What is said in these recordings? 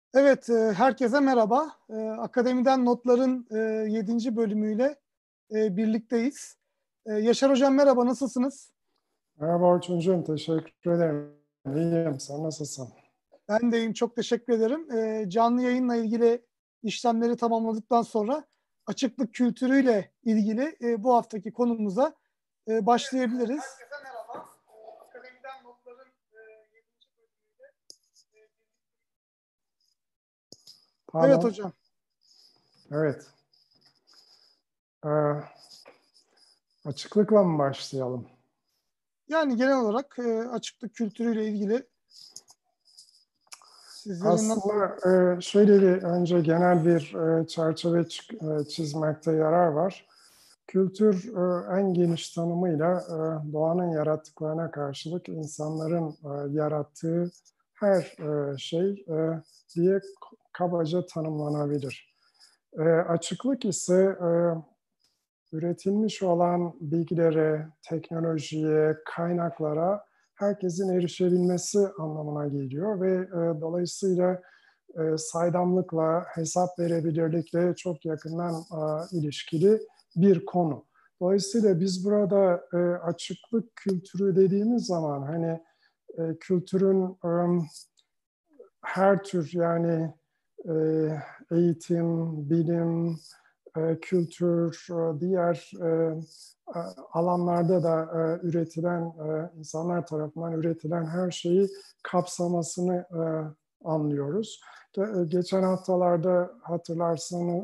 Herkese merhaba. Akademiden Notlar'ın 7. bölümüyle birlikteyiz. Yaşar Hocam merhaba, nasılsınız? Merhaba Orçuncuğum, teşekkür ederim. İyiyim, sen nasılsın? Ben de iyiyim, çok teşekkür ederim. Canlı yayınla ilgili işlemleri tamamladıktan sonra açıklık kültürüyle ilgili bu haftaki konumuza başlayabiliriz. Herkese merhaba. Akademiden Notlar'ın 7. bölümüyle Evet Pardon, hocam. evet. Ee, Açıklıkla mı başlayalım? Yani genel olarak açıklık kültürüyle ilgili sizlerin nasıl... Aslında şöyle bir önce genel bir çerçeve çizmekte yarar var. Kültür en geniş tanımıyla doğanın yarattıklarına karşılık insanların yarattığı her şey diye kabaca tanımlanabilir. Açıklık ise üretilmiş olan bilgilere, teknolojiye, kaynaklara herkesin erişebilmesi anlamına geliyor ve dolayısıyla saydamlıkla, hesap verebilirlikle çok yakından ilişkili bir konu. Dolayısıyla biz burada açıklık kültürü dediğimiz zaman hani kültürün her tür yani e, eğitim, bilim, kültür, diğer alanlarda da üretilen, insanlar tarafından üretilen her şeyi kapsamasını anlıyoruz. Geçen haftalarda hatırlarsın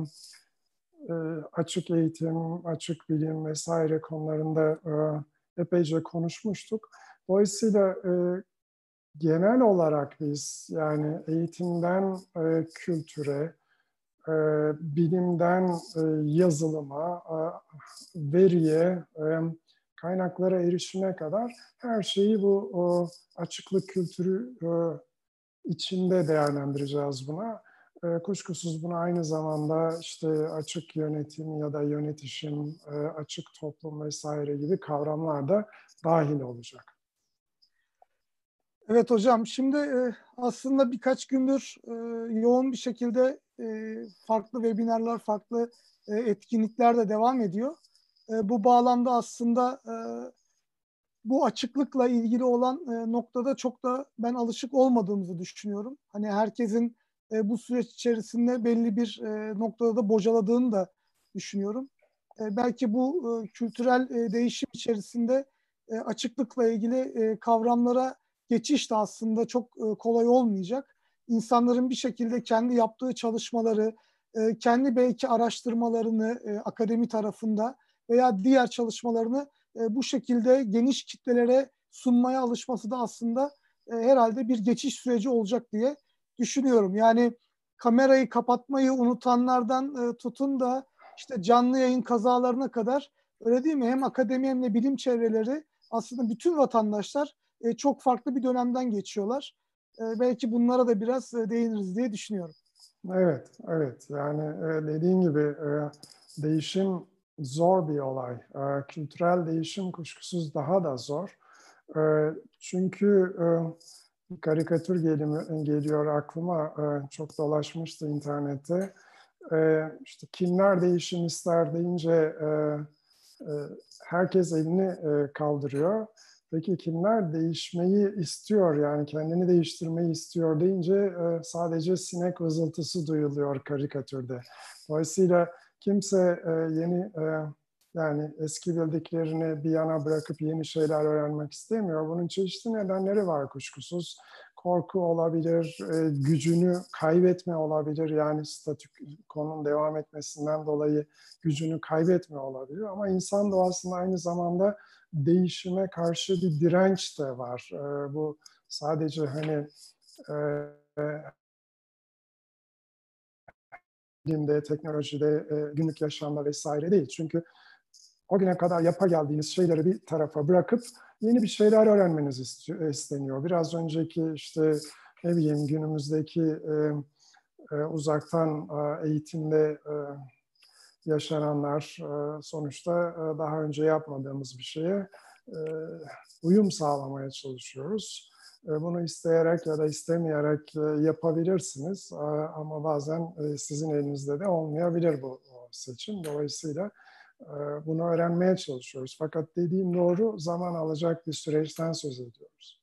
açık eğitim, açık bilim vesaire konularında epeyce konuşmuştuk. Dolayısıyla genel olarak biz yani eğitimden kültüre, bilimden yazılıma, veriye, kaynaklara erişime kadar her şeyi bu açıklık kültürü içinde değerlendireceğiz buna. Kuşkusuz buna aynı zamanda işte açık yönetim ya da yönetişim, açık toplum vesaire gibi kavramlar da dahil olacak. Evet hocam, şimdi aslında birkaç gündür yoğun bir şekilde farklı webinarlar, farklı etkinlikler de devam ediyor. Bu bağlamda aslında bu açıklıkla ilgili olan noktada çok da ben alışık olmadığımızı düşünüyorum. Hani herkesin bu süreç içerisinde belli bir noktada da bocaladığını da düşünüyorum. Belki bu kültürel değişim içerisinde açıklıkla ilgili kavramlara geçiş de aslında çok kolay olmayacak. İnsanların bir şekilde kendi yaptığı çalışmaları, kendi belki araştırmalarını akademi tarafında veya diğer çalışmalarını bu şekilde geniş kitlelere sunmaya alışması da aslında herhalde bir geçiş süreci olacak diye düşünüyorum. Yani kamerayı kapatmayı unutanlardan tutun da işte canlı yayın kazalarına kadar, öyle değil mi? Hem akademi hem de bilim çevreleri, aslında bütün vatandaşlar çok farklı bir dönemden geçiyorlar. Belki bunlara da biraz değiniriz diye düşünüyorum. Evet, evet. Yani dediğin gibi değişim zor bir olay. Kültürel değişim kuşkusuz daha da zor. Çünkü bir karikatür geliyor aklıma. Çok dolaşmıştı internette. İşte kimler değişim ister deyince herkes elini kaldırıyor. Peki kimler değişmeyi istiyor, yani kendini değiştirmeyi istiyor deyince sadece sinek vızıltısı duyuluyor karikatürde. Dolayısıyla kimse yeni yani eski bildiklerini bir yana bırakıp yeni şeyler öğrenmek istemiyor. Bunun çeşitli nedenleri var kuşkusuz. Korku olabilir, gücünü kaybetme olabilir. Yani statükonun devam etmesinden dolayı gücünü kaybetme olabilir. Ama insan doğasında aynı zamanda değişime karşı bir direnç de var. Bu sadece hani bilimde, teknolojide, günlük yaşamda vesaire değil. Çünkü o güne kadar yapa geldiğiniz şeyleri bir tarafa bırakıp yeni bir şeyler öğrenmeniz isteniyor. Biraz önceki işte ne bileyim günümüzdeki uzaktan eğitimde yaşananlar sonuçta daha önce yapmadığımız bir şeye uyum sağlamaya çalışıyoruz. Bunu isteyerek ya da istemeyerek yapabilirsiniz. Ama bazen sizin elinizde de olmayabilir bu seçim. Dolayısıyla bunu öğrenmeye çalışıyoruz. Fakat dediğim doğru, zaman alacak bir süreçten söz ediyoruz.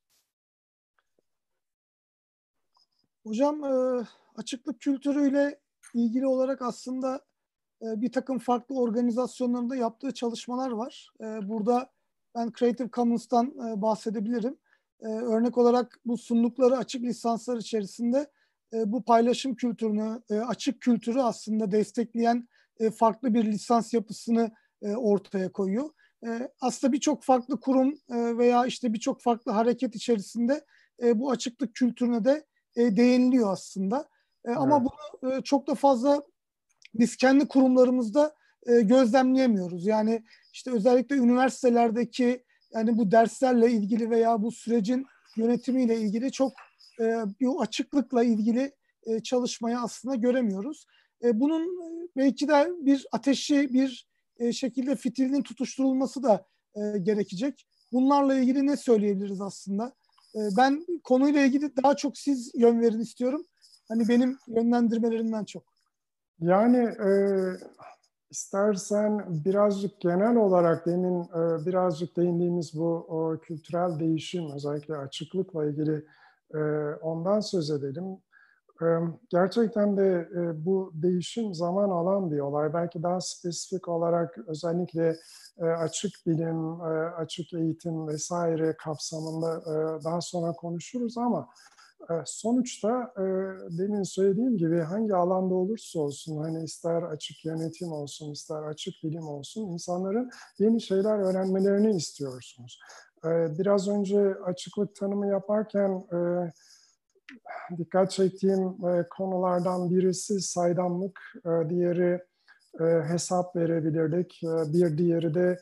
Hocam, açıklık kültürüyle ilgili olarak aslında bir takım farklı organizasyonların da yaptığı çalışmalar var. Burada ben Creative Commons'tan bahsedebilirim. Örnek olarak bu sundukları açık lisanslar içerisinde bu paylaşım kültürünü, açık kültürü aslında destekleyen farklı bir lisans yapısını ortaya koyuyor. Aslında birçok farklı kurum veya işte birçok farklı hareket içerisinde bu açıklık kültürüne de değiniliyor aslında. Ama bunu çok da fazla biz kendi kurumlarımızda gözlemleyemiyoruz. Yani işte özellikle üniversitelerdeki yani bu derslerle ilgili veya bu sürecin yönetimiyle ilgili çok bu açıklıkla ilgili çalışmayı aslında göremiyoruz. Bunun belki de bir ateşi bir şekilde fitilinin tutuşturulması da gerekecek. Bunlarla ilgili ne söyleyebiliriz aslında? Ben konuyla ilgili daha çok siz yön verin istiyorum. Hani benim yönlendirmelerimden çok. Yani istersen birazcık genel olarak demin birazcık değindiğimiz bu kültürel değişim, özellikle açıklıkla ilgili ondan söz edelim. Gerçekten de bu değişim zaman alan bir olay. Belki daha spesifik olarak özellikle açık bilim, açık eğitim vesaire kapsamında daha sonra konuşuruz ama sonuçta demin söylediğim gibi hangi alanda olursa olsun, hani ister açık yönetim olsun, ister açık bilim olsun, insanların yeni şeyler öğrenmelerini istiyorsunuz. Biraz önce açıklık tanımı yaparken dikkat çektiğim konulardan birisi saydamlık, diğeri hesap verebilirlik, bir diğeri de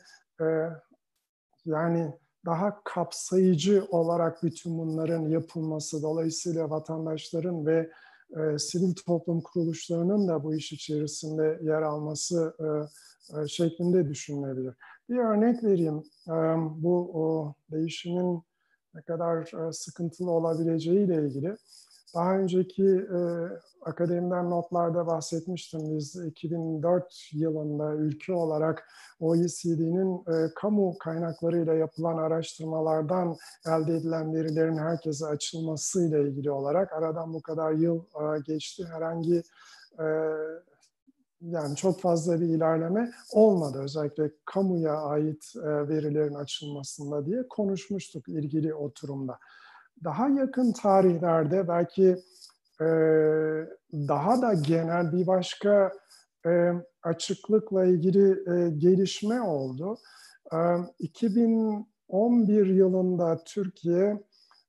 yani daha kapsayıcı olarak bütün bunların yapılması, dolayısıyla vatandaşların ve sivil toplum kuruluşlarının da bu iş içerisinde yer alması şeklinde düşünülebilir. Bir örnek vereyim. Bu değişimin ne kadar sıkıntılı olabileceğiyle ilgili. Daha önceki akademiden notlarda bahsetmiştim. Biz 2004 yılında ülke olarak OECD'nin kamu kaynaklarıyla yapılan araştırmalardan elde edilen verilerin herkese açılmasıyla ilgili olarak aradan bu kadar yıl geçti. Herhangi yani çok fazla bir ilerleme olmadı. Özellikle kamuya ait verilerin açılmasında diye konuşmuştuk ilgili oturumda. Daha yakın tarihlerde belki daha da genel bir başka açıklıkla ilgili gelişme oldu. 2011 yılında Türkiye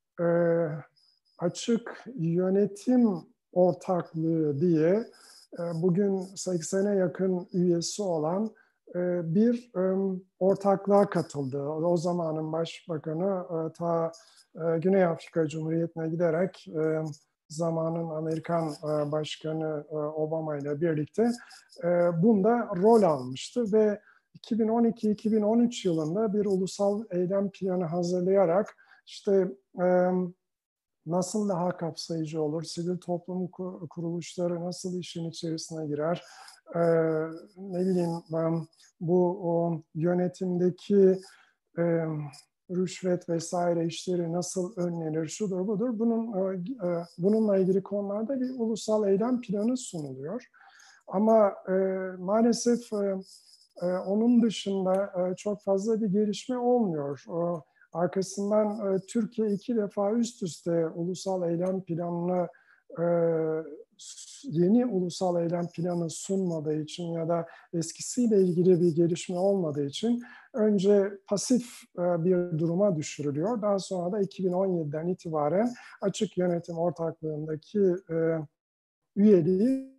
açık yönetim ortaklığı diye bugün 80'e yakın üyesi olan bir ortaklığa katıldı. O zamanın başbakanı ta Güney Afrika Cumhuriyeti'ne giderek zamanın Amerikan Başkanı Obama ile birlikte bunda rol almıştı ve 2012-2013 yılında bir ulusal eylem planı hazırlayarak işte nasıl daha kapsayıcı olur, sivil toplum kuruluşları nasıl işin içerisine girer, ne bileyim bu yönetimdeki rüşvet vesaire işleri nasıl önlenir, şudur budur. Bununla ilgili konularda bir ulusal eylem planı sunuluyor. Ama maalesef onun dışında çok fazla bir gelişme olmuyor. Arkasından Türkiye 2 defa üst üste ulusal eylem planını yeni ulusal eylem planı sunmadığı için ya da eskisiyle ilgili bir gelişme olmadığı için önce pasif bir duruma düşürülüyor. Daha sonra da 2017'den itibaren açık yönetim ortaklığındaki üyeliği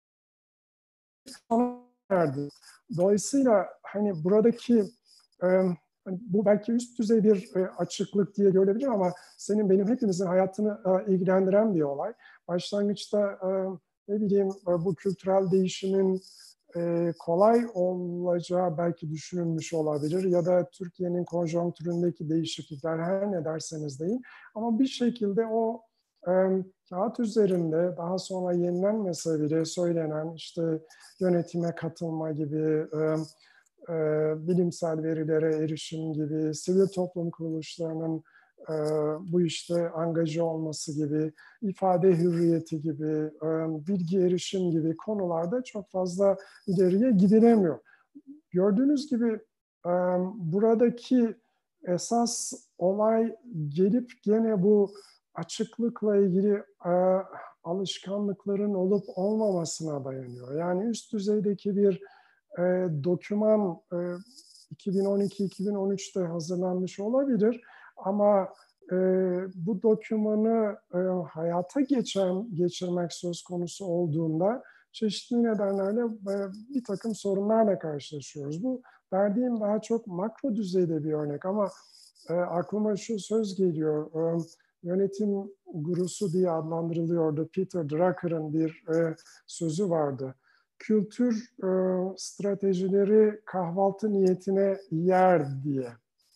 sona erdi. Dolayısıyla hani buradaki bu belki üst düzey bir açıklık diye görülebilir ama senin benim hepimizin hayatını ilgilendiren bir olay. Başlangıçta ne bileyim bu kültürel değişimin kolay olacağı belki düşünülmüş olabilir ya da Türkiye'nin konjonktüründeki değişiklikler her ne derseniz deyin. Ama bir şekilde o kağıt üzerinde daha sonra yenilenmese bile söylenen işte yönetime katılma gibi, bilimsel verilere erişim gibi, sivil toplum kuruluşlarının bu işte angaja olması gibi, ifade hürriyeti gibi, bilgi erişim gibi konularda çok fazla ileriye gidilemiyor. Gördüğünüz gibi buradaki esas olay gelip gene bu açıklıkla ilgili alışkanlıkların olup olmamasına dayanıyor. Yani üst düzeydeki bir doküman 2012-2013'te hazırlanmış olabilir ama bu dokümanı hayata geçirmek söz konusu olduğunda çeşitli nedenlerle bir takım sorunlarla karşılaşıyoruz. Bu verdiğim daha çok makro düzeyde bir örnek ama aklıma şu söz geliyor. Yönetim gurusu diye adlandırılıyordu. Peter Drucker'ın bir sözü vardı. Kültür stratejileri kahvaltı niyetine yer diye.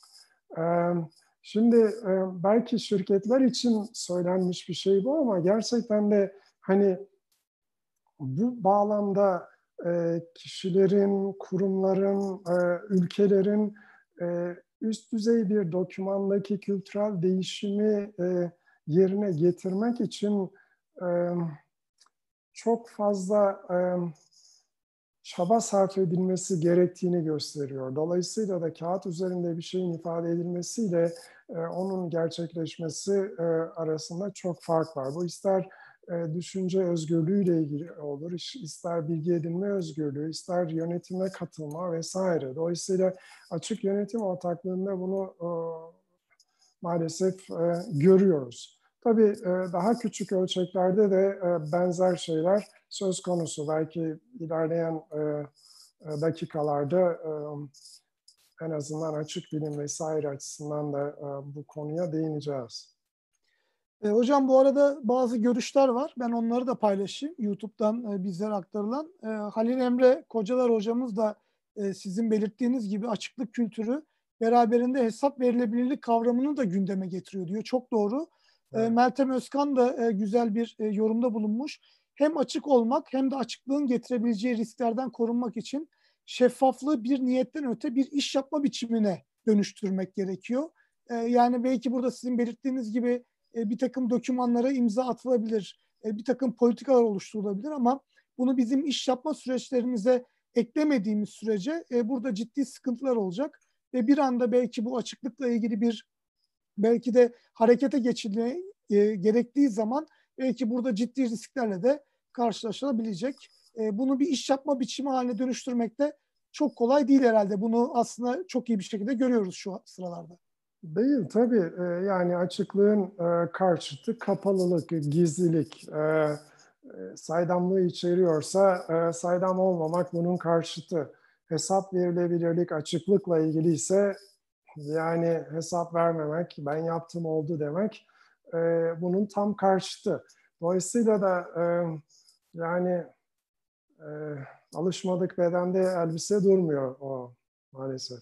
Şimdi belki şirketler için söylenmiş bir şey bu ama gerçekten de hani bu bağlamda kişilerin, kurumların, ülkelerin üst düzey bir dokümandaki kültürel değişimi yerine getirmek için çok fazla çaba sarf edilmesi gerektiğini gösteriyor. Dolayısıyla da kağıt üzerinde bir şeyin ifade edilmesiyle onun gerçekleşmesi arasında çok fark var. Bu ister düşünce özgürlüğüyle ilgili olur, ister bilgi edinme özgürlüğü, ister yönetime katılma vesaire. Dolayısıyla açık yönetim ortaklığında bunu maalesef görüyoruz. Tabii daha küçük ölçeklerde de benzer şeyler söz konusu. Belki ilerleyen dakikalarda en azından açık bilim vesaire açısından da bu konuya değineceğiz. Hocam bu arada bazı görüşler var. Ben onları da paylaşayım. YouTube'dan bizlere aktarılan. Halil Emre Kocalar hocamız da sizin belirttiğiniz gibi açıklık kültürü beraberinde hesap verilebilirlik kavramını da gündeme getiriyor diyor. Çok doğru. Evet. Meltem Özkan da güzel bir yorumda bulunmuş. Hem açık olmak hem de açıklığın getirebileceği risklerden korunmak için şeffaflığı bir niyetten öte bir iş yapma biçimine dönüştürmek gerekiyor. Yani belki burada sizin belirttiğiniz gibi bir takım dokümanlara imza atılabilir, bir takım politikalar oluşturulabilir ama bunu bizim iş yapma süreçlerimize eklemediğimiz sürece burada ciddi sıkıntılar olacak ve bir anda belki bu açıklıkla ilgili bir belki de harekete geçilmeye gerektiği zaman belki burada ciddi risklerle de karşılaşılabilecek. Bunu bir iş yapma biçimi haline dönüştürmek de çok kolay değil herhalde. Bunu aslında çok iyi bir şekilde görüyoruz şu sıralarda. Değil tabii. Yani açıklığın karşıtı kapalılık, gizlilik. Saydamlığı içeriyorsa saydam olmamak bunun karşıtı. Hesap verilebilirlik açıklıkla ilgili ise yani hesap vermemek, ben yaptım oldu demek bunun tam karşıtı. Dolayısıyla da yani alışmadık bedende elbise durmuyor o maalesef.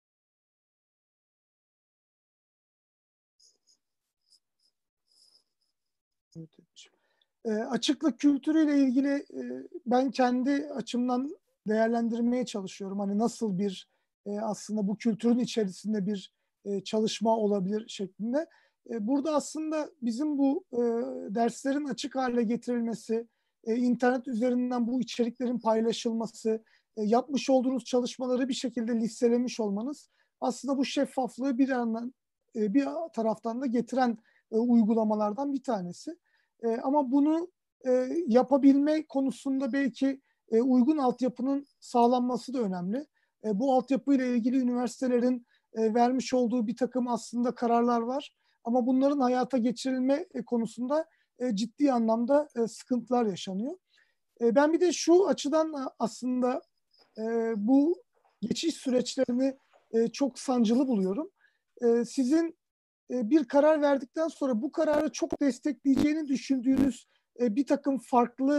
Açıklık kültürüyle ilgili ben kendi açımdan değerlendirmeye çalışıyorum. Hani nasıl bir aslında bu kültürün içerisinde bir çalışma olabilir şeklinde. Burada aslında bizim bu derslerin açık hale getirilmesi, internet üzerinden bu içeriklerin paylaşılması, yapmış olduğunuz çalışmaları bir şekilde listelemiş olmanız aslında bu şeffaflığı bir yandan bir taraftan da getiren uygulamalardan bir tanesi. Ama bunu yapabilme konusunda belki uygun altyapının sağlanması da önemli. Bu altyapıyla ilgili üniversitelerin vermiş olduğu bir takım aslında kararlar var. Ama bunların hayata geçirilme konusunda ciddi anlamda sıkıntılar yaşanıyor. Ben bir de şu açıdan aslında bu geçiş süreçlerini çok sancılı buluyorum. Sizin bir karar verdikten sonra bu kararı çok destekleyeceğini düşündüğünüz bir takım farklı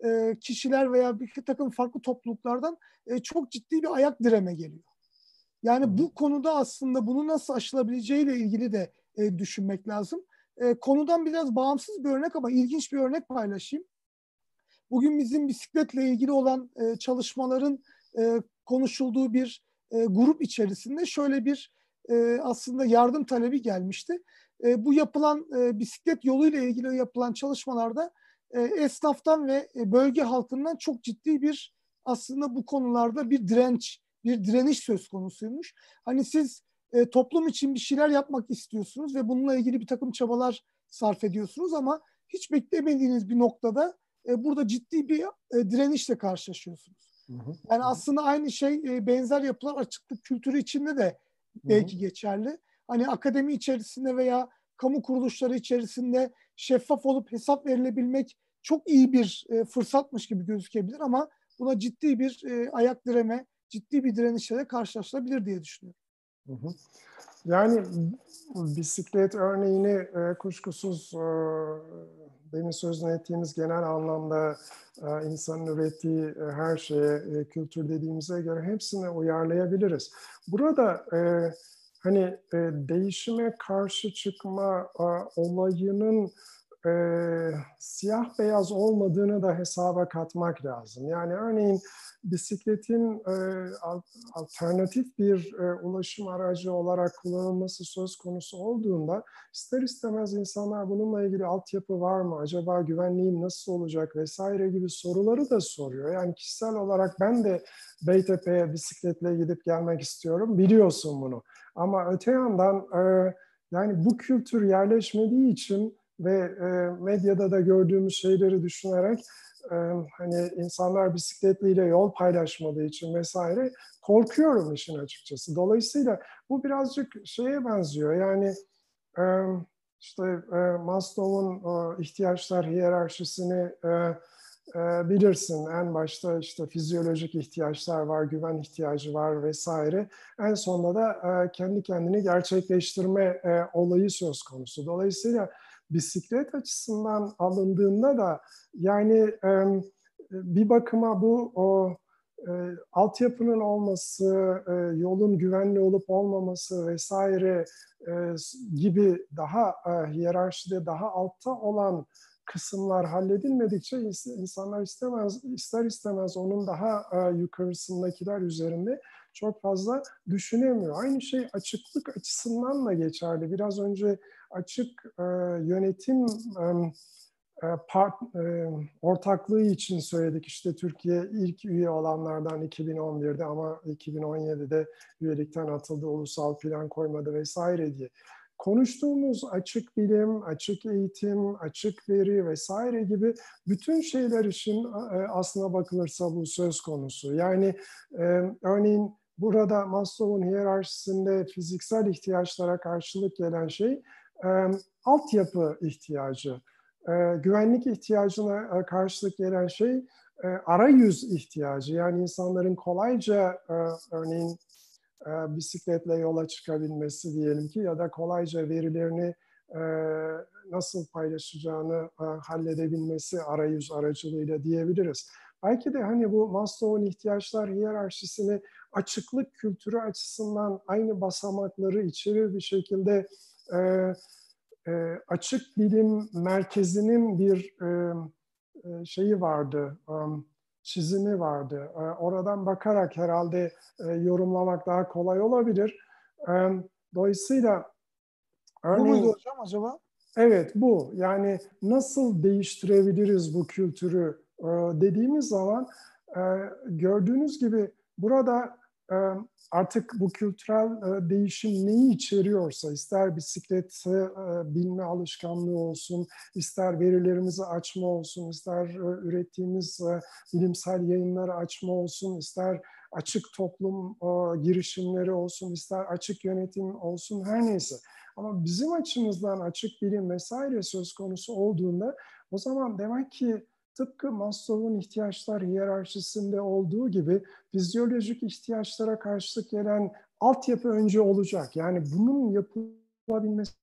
kişiler veya bir takım farklı topluluklardan çok ciddi bir ayak direme geliyor. Yani bu konuda aslında bunu nasıl aşılabileceğiyle ilgili de düşünmek lazım. Konudan biraz bağımsız bir örnek ama ilginç bir örnek paylaşayım. Bugün bizim bisikletle ilgili olan çalışmaların konuşulduğu bir grup içerisinde şöyle bir aslında yardım talebi gelmişti. Bu yapılan bisiklet yoluyla ilgili yapılan çalışmalarda esnaftan ve bölge halkından çok ciddi bir aslında bu konularda bir direniş söz konusuymuş. Hani siz toplum için bir şeyler yapmak istiyorsunuz ve bununla ilgili bir takım çabalar sarf ediyorsunuz ama hiç beklemediğiniz bir noktada burada ciddi bir direnişle karşılaşıyorsunuz. Hı hı. Yani aslında aynı şey benzer yapılar açıklık kültürü içinde de belki geçerli. Hani akademi içerisinde veya kamu kuruluşları içerisinde şeffaf olup hesap verilebilmek çok iyi bir fırsatmış gibi gözükebilir ama buna ciddi bir ayak direme, ciddi bir direnişle de karşılaşılabilir diye düşünüyorum. Hı hı. Yani bisiklet örneğini kuşkusuz demin sözünü ettiğimiz genel anlamda insanın ürettiği her şeye kültür dediğimize göre hepsine uyarlayabiliriz. Burada hani değişime karşı çıkma olayının siyah beyaz olmadığını da hesaba katmak lazım. Yani örneğin bisikletin alternatif bir ulaşım aracı olarak kullanılması söz konusu olduğunda ister istemez insanlar bununla ilgili altyapı var mı, acaba güvenliğim nasıl olacak vesaire gibi soruları da soruyor. Yani kişisel olarak ben de Beytepe'ye bisikletle gidip gelmek istiyorum, biliyorsun bunu. Ama öte yandan yani bu kültür yerleşmediği için ve medyada da gördüğümüz şeyleri düşünerek hani insanlar bisikletliyle yol paylaşmadığı için vesaire korkuyorum işin açıkçası. Dolayısıyla bu birazcık şeye benziyor. Yani işte Maslow'un ihtiyaçlar hiyerarşisini bilirsin. En başta işte fizyolojik ihtiyaçlar var, güven ihtiyacı var vesaire. En sonunda da kendi kendini gerçekleştirme olayı söz konusu. Dolayısıyla bisiklet açısından alındığında da yani bir bakıma bu altyapının olması, yolun güvenli olup olmaması vesaire gibi daha hiyerarşide daha altta olan kısımlar halledilmedikçe insanlar ister istemez onun daha yukarısındakiler üzerinde çok fazla düşünemiyor. Aynı şey açıklık açısından da geçerli. Biraz önce açık yönetim ortaklığı için söyledik. İşte Türkiye ilk üye olanlardan 2011'de ama 2017'de üyelikten atıldı, ulusal plan koymadı vesaire diye. Konuştuğumuz açık bilim, açık eğitim, açık veri vesaire gibi bütün şeyler için aslına bakılırsa bu söz konusu. Yani örneğin burada Maslow'un hiyerarşisinde fiziksel ihtiyaçlara karşılık gelen şey altyapı ihtiyacı. Güvenlik ihtiyacına karşılık gelen şey arayüz ihtiyacı. Yani insanların kolayca örneğin bisikletle yola çıkabilmesi diyelim ki ya da kolayca verilerini nasıl paylaşacağını halledebilmesi arayüz aracılığıyla diyebiliriz. Belki de hani bu Maslow'un ihtiyaçlar hiyerarşisini açıklık kültürü açısından aynı basamakları içerir bir şekilde açık bilim merkezinin bir şeyi vardı, çizimi vardı. Oradan bakarak herhalde yorumlamak daha kolay olabilir. Dolayısıyla Bu muydu örneğin hocam acaba? evet bu. Yani nasıl değiştirebiliriz bu kültürü dediğimiz zaman gördüğünüz gibi burada artık bu kültürel değişim neyi içeriyorsa ister bisikleti bilme alışkanlığı olsun, ister verilerimizi açma olsun, ister ürettiğimiz bilimsel yayınları açma olsun, ister açık toplum girişimleri olsun, ister açık yönetim olsun her neyse. Ama bizim açımızdan açık bilim vesaire söz konusu olduğunda o zaman demek ki tıpkı Maslow'un ihtiyaçlar hiyerarşisinde olduğu gibi fizyolojik ihtiyaçlara karşılık gelen altyapı önce olacak. Yani bunun yapılabilmesi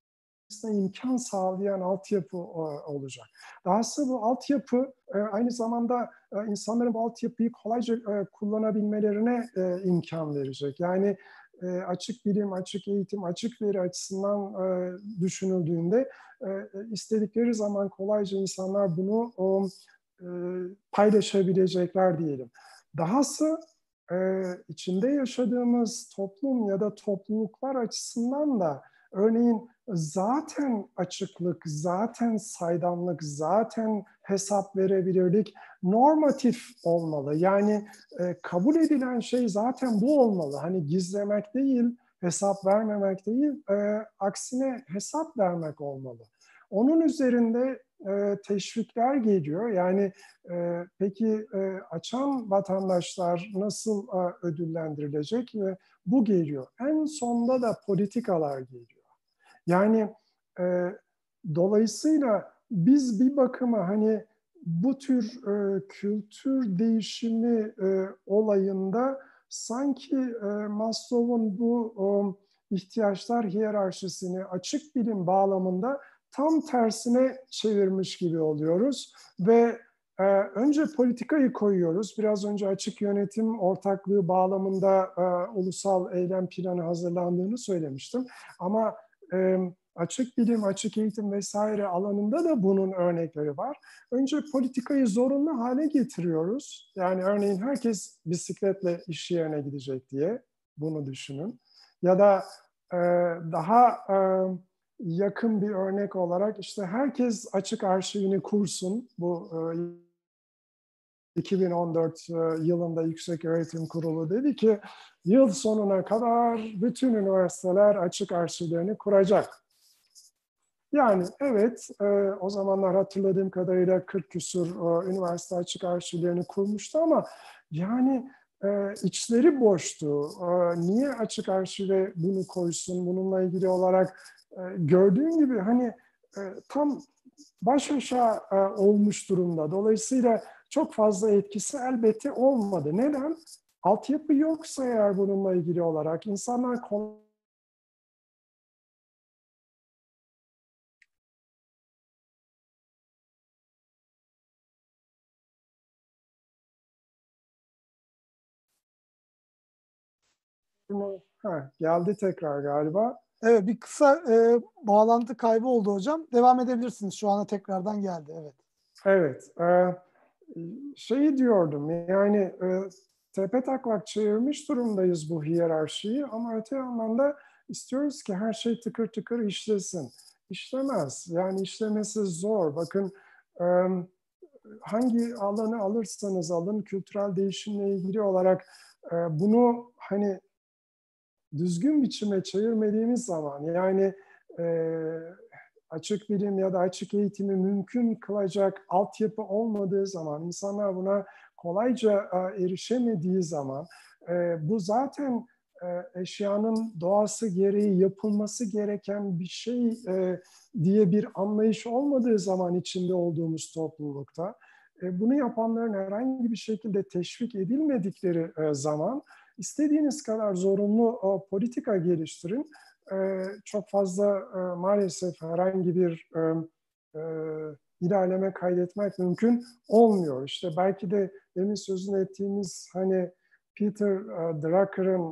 imkan sağlayan altyapı olacak. Dahası bu altyapı aynı zamanda insanların bu altyapıyı kolayca kullanabilmelerine imkan verecek. Yani açık bilim, açık eğitim, açık veri açısından düşünüldüğünde istedikleri zaman kolayca insanlar bunu paylaşabilecekler diyelim. Dahası içinde yaşadığımız toplum ya da topluluklar açısından da örneğin zaten açıklık, zaten saydamlık, zaten hesap verebilirlik normatif olmalı. Yani kabul edilen şey zaten bu olmalı. Hani gizlemek değil, hesap vermemek değil, aksine hesap vermek olmalı. Onun üzerinde teşvikler geliyor. Yani peki açan vatandaşlar nasıl ödüllendirilecek? Bu geliyor. En sonda da politikalar geliyor. Yani dolayısıyla biz bir bakıma hani bu tür kültür değişimi olayında sanki Maslow'un bu ihtiyaçlar hiyerarşisini açık bilim bağlamında tam tersine çevirmiş gibi oluyoruz ve önce politikayı koyuyoruz. Biraz önce açık yönetim ortaklığı bağlamında ulusal eylem planı hazırlandığını söylemiştim. Ama açık bilim, açık eğitim vesaire alanında da bunun örnekleri var. Önce politikayı zorunlu hale getiriyoruz. Yani örneğin herkes bisikletle iş yerine gidecek diye bunu düşünün. Ya da daha yakın bir örnek olarak işte herkes açık arşivini kursun. Bu 2014 yılında Yükseköğretim Kurulu dedi ki yıl sonuna kadar bütün üniversiteler açık arşivlerini kuracak. Yani evet, o zamanlar hatırladığım kadarıyla 40 küsur üniversite açık arşivlerini kurmuştu ama yani içleri boştu. Niye açık arşive bunu koysun? Bununla ilgili olarak gördüğün gibi hani tam baş aşağı olmuş durumda. Dolayısıyla çok fazla etkisi elbette olmadı. Neden? Altyapı yoksa eğer bununla ilgili olarak insanlar geldi tekrar galiba. Evet, bir kısa bağlantı kaybı oldu hocam. Devam edebilirsiniz. Şu anda tekrardan geldi. Evet. Evet. Şeyi diyordum yani tepetaklak çevirmiş durumdayız bu hiyerarşiyi ama öte yandan da istiyoruz ki her şey tıkır tıkır işlesin. İşlemez. Yani işlemesi zor. Bakın hangi alanı alırsanız alın kültürel değişimle ilgili olarak bunu hani düzgün biçime çevirmediğimiz zaman yani açık bilim ya da açık eğitimi mümkün kılacak altyapı olmadığı zaman, insanlar buna kolayca erişemediği zaman bu zaten eşyanın doğası gereği yapılması gereken bir şey diye bir anlayış olmadığı zaman içinde olduğumuz toplulukta bunu yapanların herhangi bir şekilde teşvik edilmedikleri zaman istediğiniz kadar zorunlu politika geliştirin. Çok fazla maalesef herhangi bir ilerleme kaydetmek mümkün olmuyor. İşte belki de demin sözünü ettiğimiz hani Peter Drucker'ın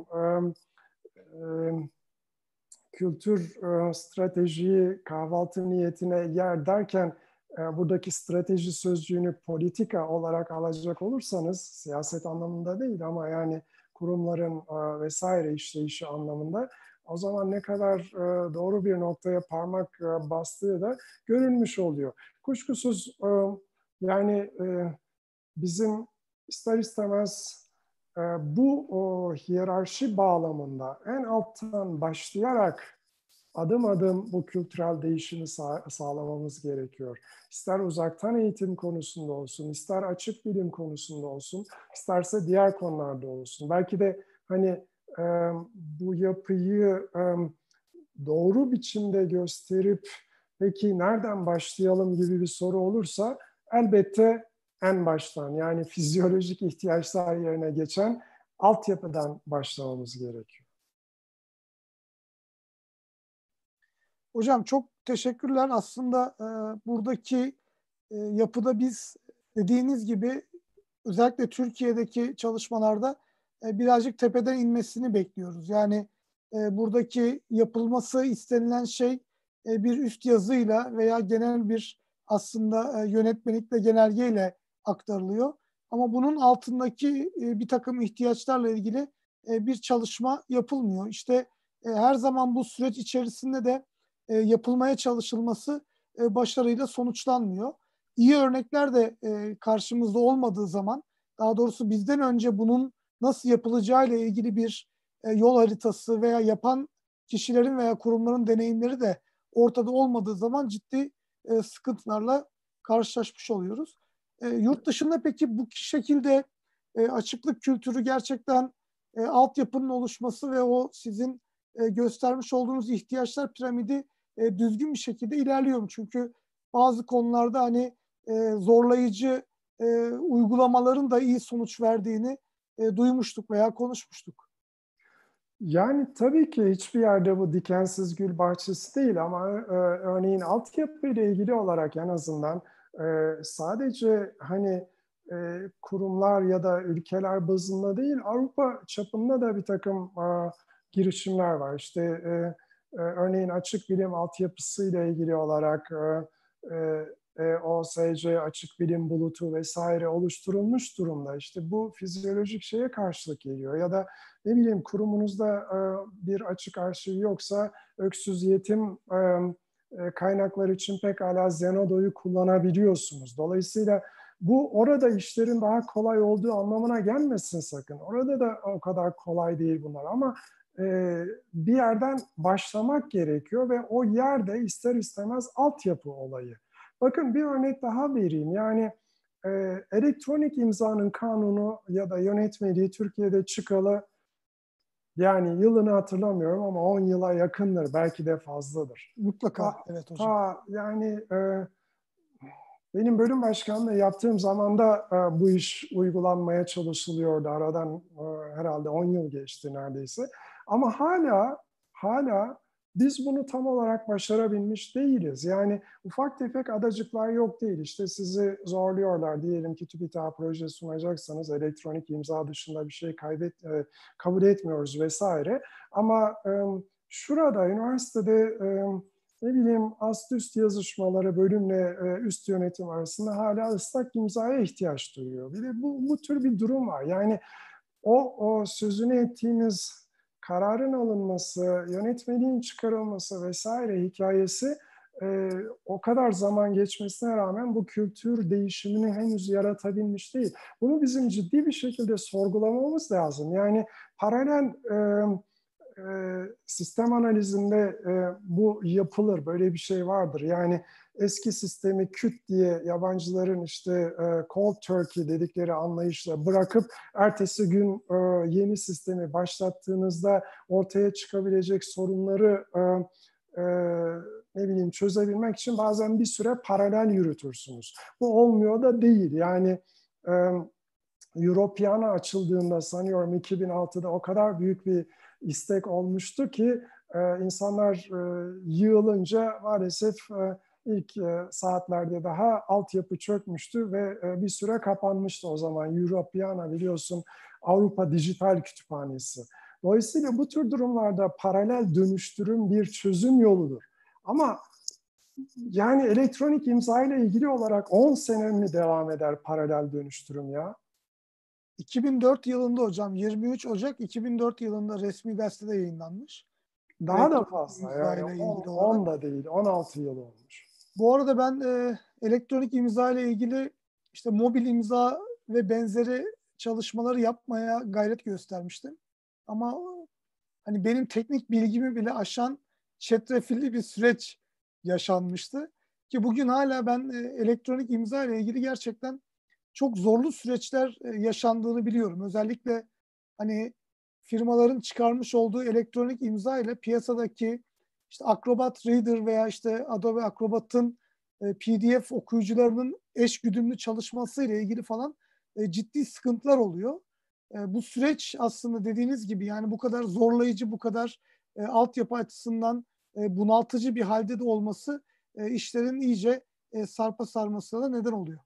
kültür stratejiyi kahvaltı niyetine yer derken buradaki strateji sözcüğünü politika olarak alacak olursanız siyaset anlamında değil ama yani kurumların vesaire işleyişi anlamında o zaman ne kadar doğru bir noktaya parmak bastığı da görülmüş oluyor. Kuşkusuz yani bizim ister istemez bu hiyerarşi bağlamında en alttan başlayarak adım adım bu kültürel değişimi sağlamamız gerekiyor. İster uzaktan eğitim konusunda olsun, ister açık bilim konusunda olsun, isterse diğer konularda olsun. Belki de hani bu yapıyı doğru biçimde gösterip peki nereden başlayalım gibi bir soru olursa elbette en baştan yani fizyolojik ihtiyaçlar yerine geçen altyapıdan başlamamız gerekiyor. Hocam çok teşekkürler. Aslında buradaki yapıda biz dediğiniz gibi özellikle Türkiye'deki çalışmalarda birazcık tepeden inmesini bekliyoruz. Yani buradaki yapılması istenilen şey bir üst yazıyla veya genel bir aslında yönetmelikle, genelgeyle aktarılıyor. Ama bunun altındaki bir takım ihtiyaçlarla ilgili bir çalışma yapılmıyor. İşte her zaman bu süreç içerisinde de yapılmaya çalışılması başarıyla sonuçlanmıyor. İyi örnekler de karşımızda olmadığı zaman, daha doğrusu bizden önce bunun nasıl yapılacağıyla ilgili bir yol haritası veya yapan kişilerin veya kurumların deneyimleri de ortada olmadığı zaman ciddi sıkıntılarla karşılaşmış oluyoruz. Yurt dışında peki bu şekilde açıklık kültürü gerçekten altyapının oluşması ve o sizin göstermiş olduğunuz ihtiyaçlar piramidi düzgün bir şekilde ilerliyor mu? Çünkü bazı konularda hani zorlayıcı uygulamaların da iyi sonuç verdiğini duymuştuk veya konuşmuştuk. Yani tabii ki hiçbir yerde bu dikensiz gül bahçesi değil ama örneğin altyapı ile ilgili olarak en azından sadece hani kurumlar ya da ülkeler bazında değil, Avrupa çapında da bir takım girişimler var. İşte örneğin açık bilim altyapısı ile ilgili olarak OSC açık bilim bulutu vesaire oluşturulmuş durumda. İşte bu fizyolojik şeye karşılık geliyor. Ya da ne bileyim kurumunuzda bir açık arşiv yoksa öksüz yetim kaynaklar için pekala Zenodo'yu kullanabiliyorsunuz. Dolayısıyla bu orada işlerin daha kolay olduğu anlamına gelmesin sakın. Orada da o kadar kolay değil bunlar ama bir yerden başlamak gerekiyor ve o yerde ister istemez altyapı olayı. Bakın bir örnek daha vereyim. Yani elektronik imzanın kanunu ya da yönetmeliği Türkiye'de çıkalı yani yılını hatırlamıyorum ama 10 yıla yakındır, belki de fazladır. Mutlaka, evet hocam. Yani benim bölüm başkanlığı yaptığım zaman da bu iş uygulanmaya çalışılıyordu. Aradan herhalde 10 yıl geçti neredeyse. Ama hala biz bunu tam olarak başarabilmiş değiliz. Yani ufak tefek adacıklar yok değil. İşte sizi zorluyorlar. Diyelim ki TÜBİTAK proje sunacaksanız elektronik imza dışında bir şey kabul etmiyoruz vesaire. Ama şurada üniversitede ne bileyim ast üst yazışmaları bölümle üst yönetim arasında hala ıslak imzaya ihtiyaç duyuyor. Bir de bu tür bir durum var. Yani o sözünü ettiğimiz kararın alınması, yönetmeliğin çıkarılması vesaire hikayesi o kadar zaman geçmesine rağmen bu kültür değişimini henüz yaratabilmiş değil. Bunu bizim ciddi bir şekilde sorgulamamız lazım. Yani paralel sistem analizinde bu yapılır, böyle bir şey vardır. Yani eski sistemi küt diye yabancıların işte cold turkey dedikleri anlayışla bırakıp ertesi gün yeni sistemi başlattığınızda ortaya çıkabilecek sorunları ne bileyim çözebilmek için bazen bir süre paralel yürütürsünüz. Bu olmuyor da değil. Yani Europeana açıldığında sanıyorum 2006'da o kadar büyük bir istek olmuştu ki insanlar yığılınca maalesef ilk saatlerde daha altyapı çökmüştü ve bir süre kapanmıştı o zaman. Europeana biliyorsun Avrupa Dijital Kütüphanesi. Dolayısıyla bu tür durumlarda paralel dönüştürüm bir çözüm yoludur. Ama yani elektronik imza ile ilgili olarak 10 sene mi devam eder paralel dönüştürüm ya? 2004 yılında hocam 23 Ocak 2004 yılında resmi gazetede yayınlanmış. Daha da fazla yani ile ilgili 10 olarak. da değil 16 yıl olmuş. Bu arada ben elektronik imza ile ilgili işte mobil imza ve benzeri çalışmaları yapmaya gayret göstermiştim. Ama hani benim teknik bilgimi bile aşan çetrefilli bir süreç yaşanmıştı. Ki bugün hala ben elektronik imza ile ilgili gerçekten çok zorlu süreçler yaşandığını biliyorum. Özellikle hani firmaların çıkarmış olduğu elektronik imza ile piyasadaki işte Acrobat Reader veya işte Adobe Acrobat'ın PDF okuyucularının eş güdümlü çalışması ile ilgili falan ciddi sıkıntılar oluyor. Bu süreç aslında dediğiniz gibi yani bu kadar zorlayıcı, bu kadar altyapı açısından bunaltıcı bir halde de olması işlerin iyice sarpa sarmasına da neden oluyor.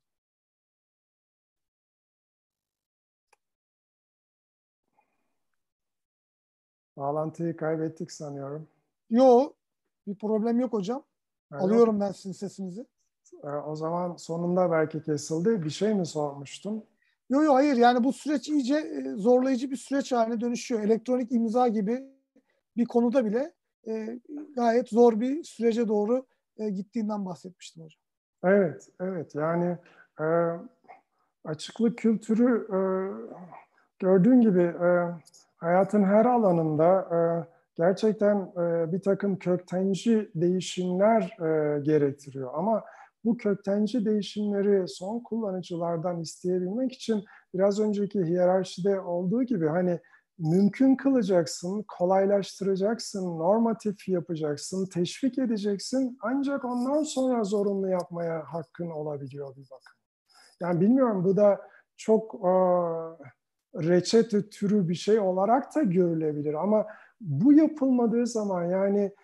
Bağlantıyı kaybettik sanıyorum. Yok, bir problem yok hocam. Alıyorum ben sizin sesinizi. O zaman sonunda belki kesildi. Bir şey mi sormuştun? Yok hayır, yani bu süreç iyice zorlayıcı bir süreç haline dönüşüyor. Elektronik imza gibi bir konuda bile gayet zor bir sürece doğru gittiğinden bahsetmiştim hocam. Evet, evet. Yani açıklık kültürü gördüğün gibi hayatın her alanında gerçekten bir takım köktenci değişimler gerektiriyor. Ama bu köktenci değişimleri son kullanıcılardan isteyebilmek için biraz önceki hiyerarşide olduğu gibi hani mümkün kılacaksın, kolaylaştıracaksın, normatif yapacaksın, teşvik edeceksin. Ancak ondan sonra zorunlu yapmaya hakkın olabiliyor bir bakım. Yani bilmiyorum, bu da çok reçete türü bir şey olarak da görülebilir. Ama bu yapılmadığı zaman, yani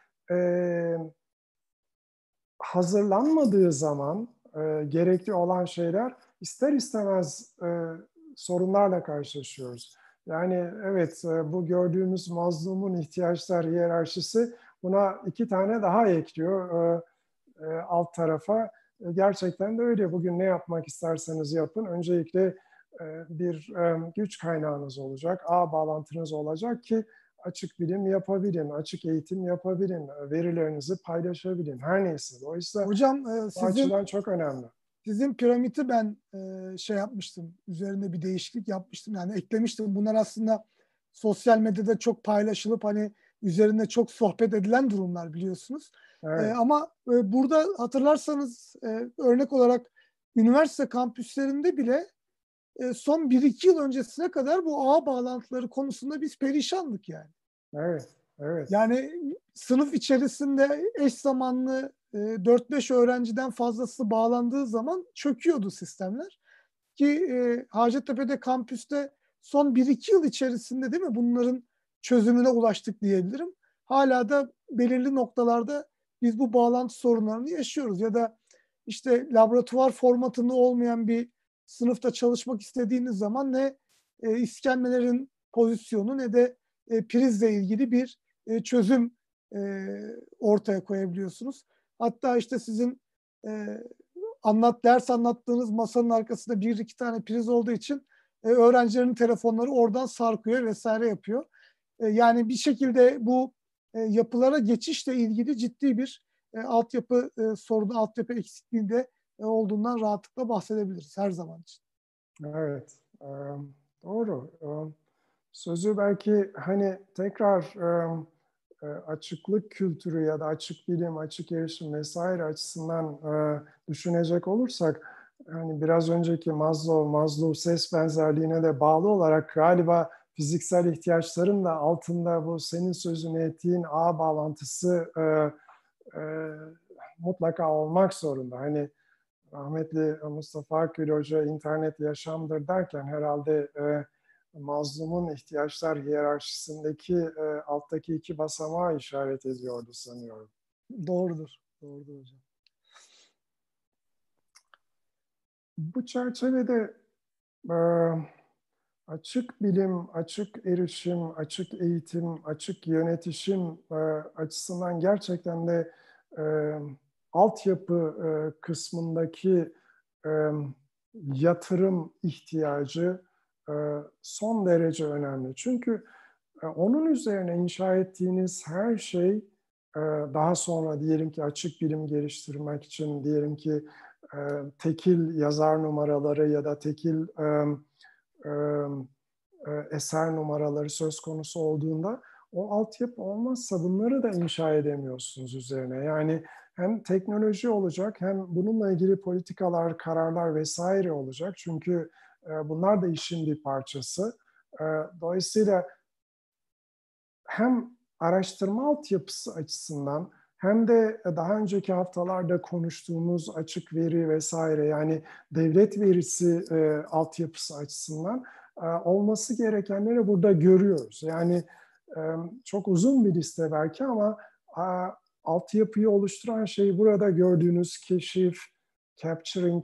hazırlanmadığı zaman gerekli olan şeyler ister istemez sorunlarla karşılaşıyoruz. Yani evet, bu gördüğümüz mazlumun ihtiyaçlar hiyerarşisi buna 2 tane daha ekliyor alt tarafa. Gerçekten de öyle. Bugün ne yapmak isterseniz yapın. Öncelikle bir güç kaynağınız olacak, ağ bağlantınız olacak ki açık bilim yapabilin, açık eğitim yapabilin, verilerinizi paylaşabilin. Her neyse. Dolayısıyla Hocam bu açıdan çok önemli. sizin piramidi ben şey yapmıştım, üzerinde bir değişiklik yapmıştım. Yani eklemiştim. Bunlar aslında sosyal medyada çok paylaşılıp hani üzerinde çok sohbet edilen durumlar, biliyorsunuz. Evet. Ama burada hatırlarsanız örnek olarak üniversite kampüslerinde bile son 1-2 yıl öncesine kadar bu ağ bağlantıları konusunda biz perişandık yani. Evet. Evet. Yani sınıf içerisinde eş zamanlı 4-5 öğrenciden fazlası bağlandığı zaman çöküyordu sistemler. Ki Hacettepe'de kampüste son 1-2 yıl içerisinde değil mi bunların çözümüne ulaştık diyebilirim. Hala da belirli noktalarda biz bu bağlantı sorunlarını yaşıyoruz. Ya da işte laboratuvar formatında olmayan bir sınıfta çalışmak istediğiniz zaman ne iskemlelerin pozisyonu ne de prizle ilgili bir çözüm ortaya koyabiliyorsunuz. Hatta işte sizin ders anlattığınız masanın arkasında 1-2 tane priz olduğu için öğrencilerin telefonları oradan sarkıyor vesaire yapıyor. Yani bir şekilde bu yapılara geçişle ilgili ciddi bir altyapı sorunu, altyapı eksikliğinde olduğundan rahatlıkla bahsedebiliriz her zaman için. Evet. Doğru. Sözü belki hani tekrar açıklık kültürü ya da açık bilim, açık erişim vesaire açısından düşünecek olursak, hani biraz önceki Maslow ses benzerliğine de bağlı olarak galiba fiziksel ihtiyaçların da altında bu senin sözünü ettiğin ağ bağlantısı mutlaka olmak zorunda. Hani rahmetli Mustafa Akgül Hoca internet yaşamdır derken herhalde mazlumun ihtiyaçlar hiyerarşisindeki alttaki 2 basamağı işaret ediyordu sanıyorum. Doğrudur. Doğrudur hocam. Bu çerçevede açık bilim, açık erişim, açık eğitim, açık yönetişim açısından gerçekten de altyapı kısmındaki yatırım ihtiyacı son derece önemli. Çünkü onun üzerine inşa ettiğiniz her şey daha sonra diyelim ki açık bilim geliştirmek için, diyelim ki tekil yazar numaraları ya da tekil eser numaraları söz konusu olduğunda o altyapı olmazsa bunları da inşa edemiyorsunuz üzerine. Yani hem teknoloji olacak hem bununla ilgili politikalar, kararlar vesaire olacak. Çünkü bunlar da işin bir parçası. Dolayısıyla hem araştırma altyapısı açısından hem de daha önceki haftalarda konuştuğumuz açık veri vesaire, yani devlet verisi altyapısı açısından olması gerekenleri burada görüyoruz. Yani çok uzun bir liste belki ama altyapıyı oluşturan şey burada gördüğünüz keşif, capturing,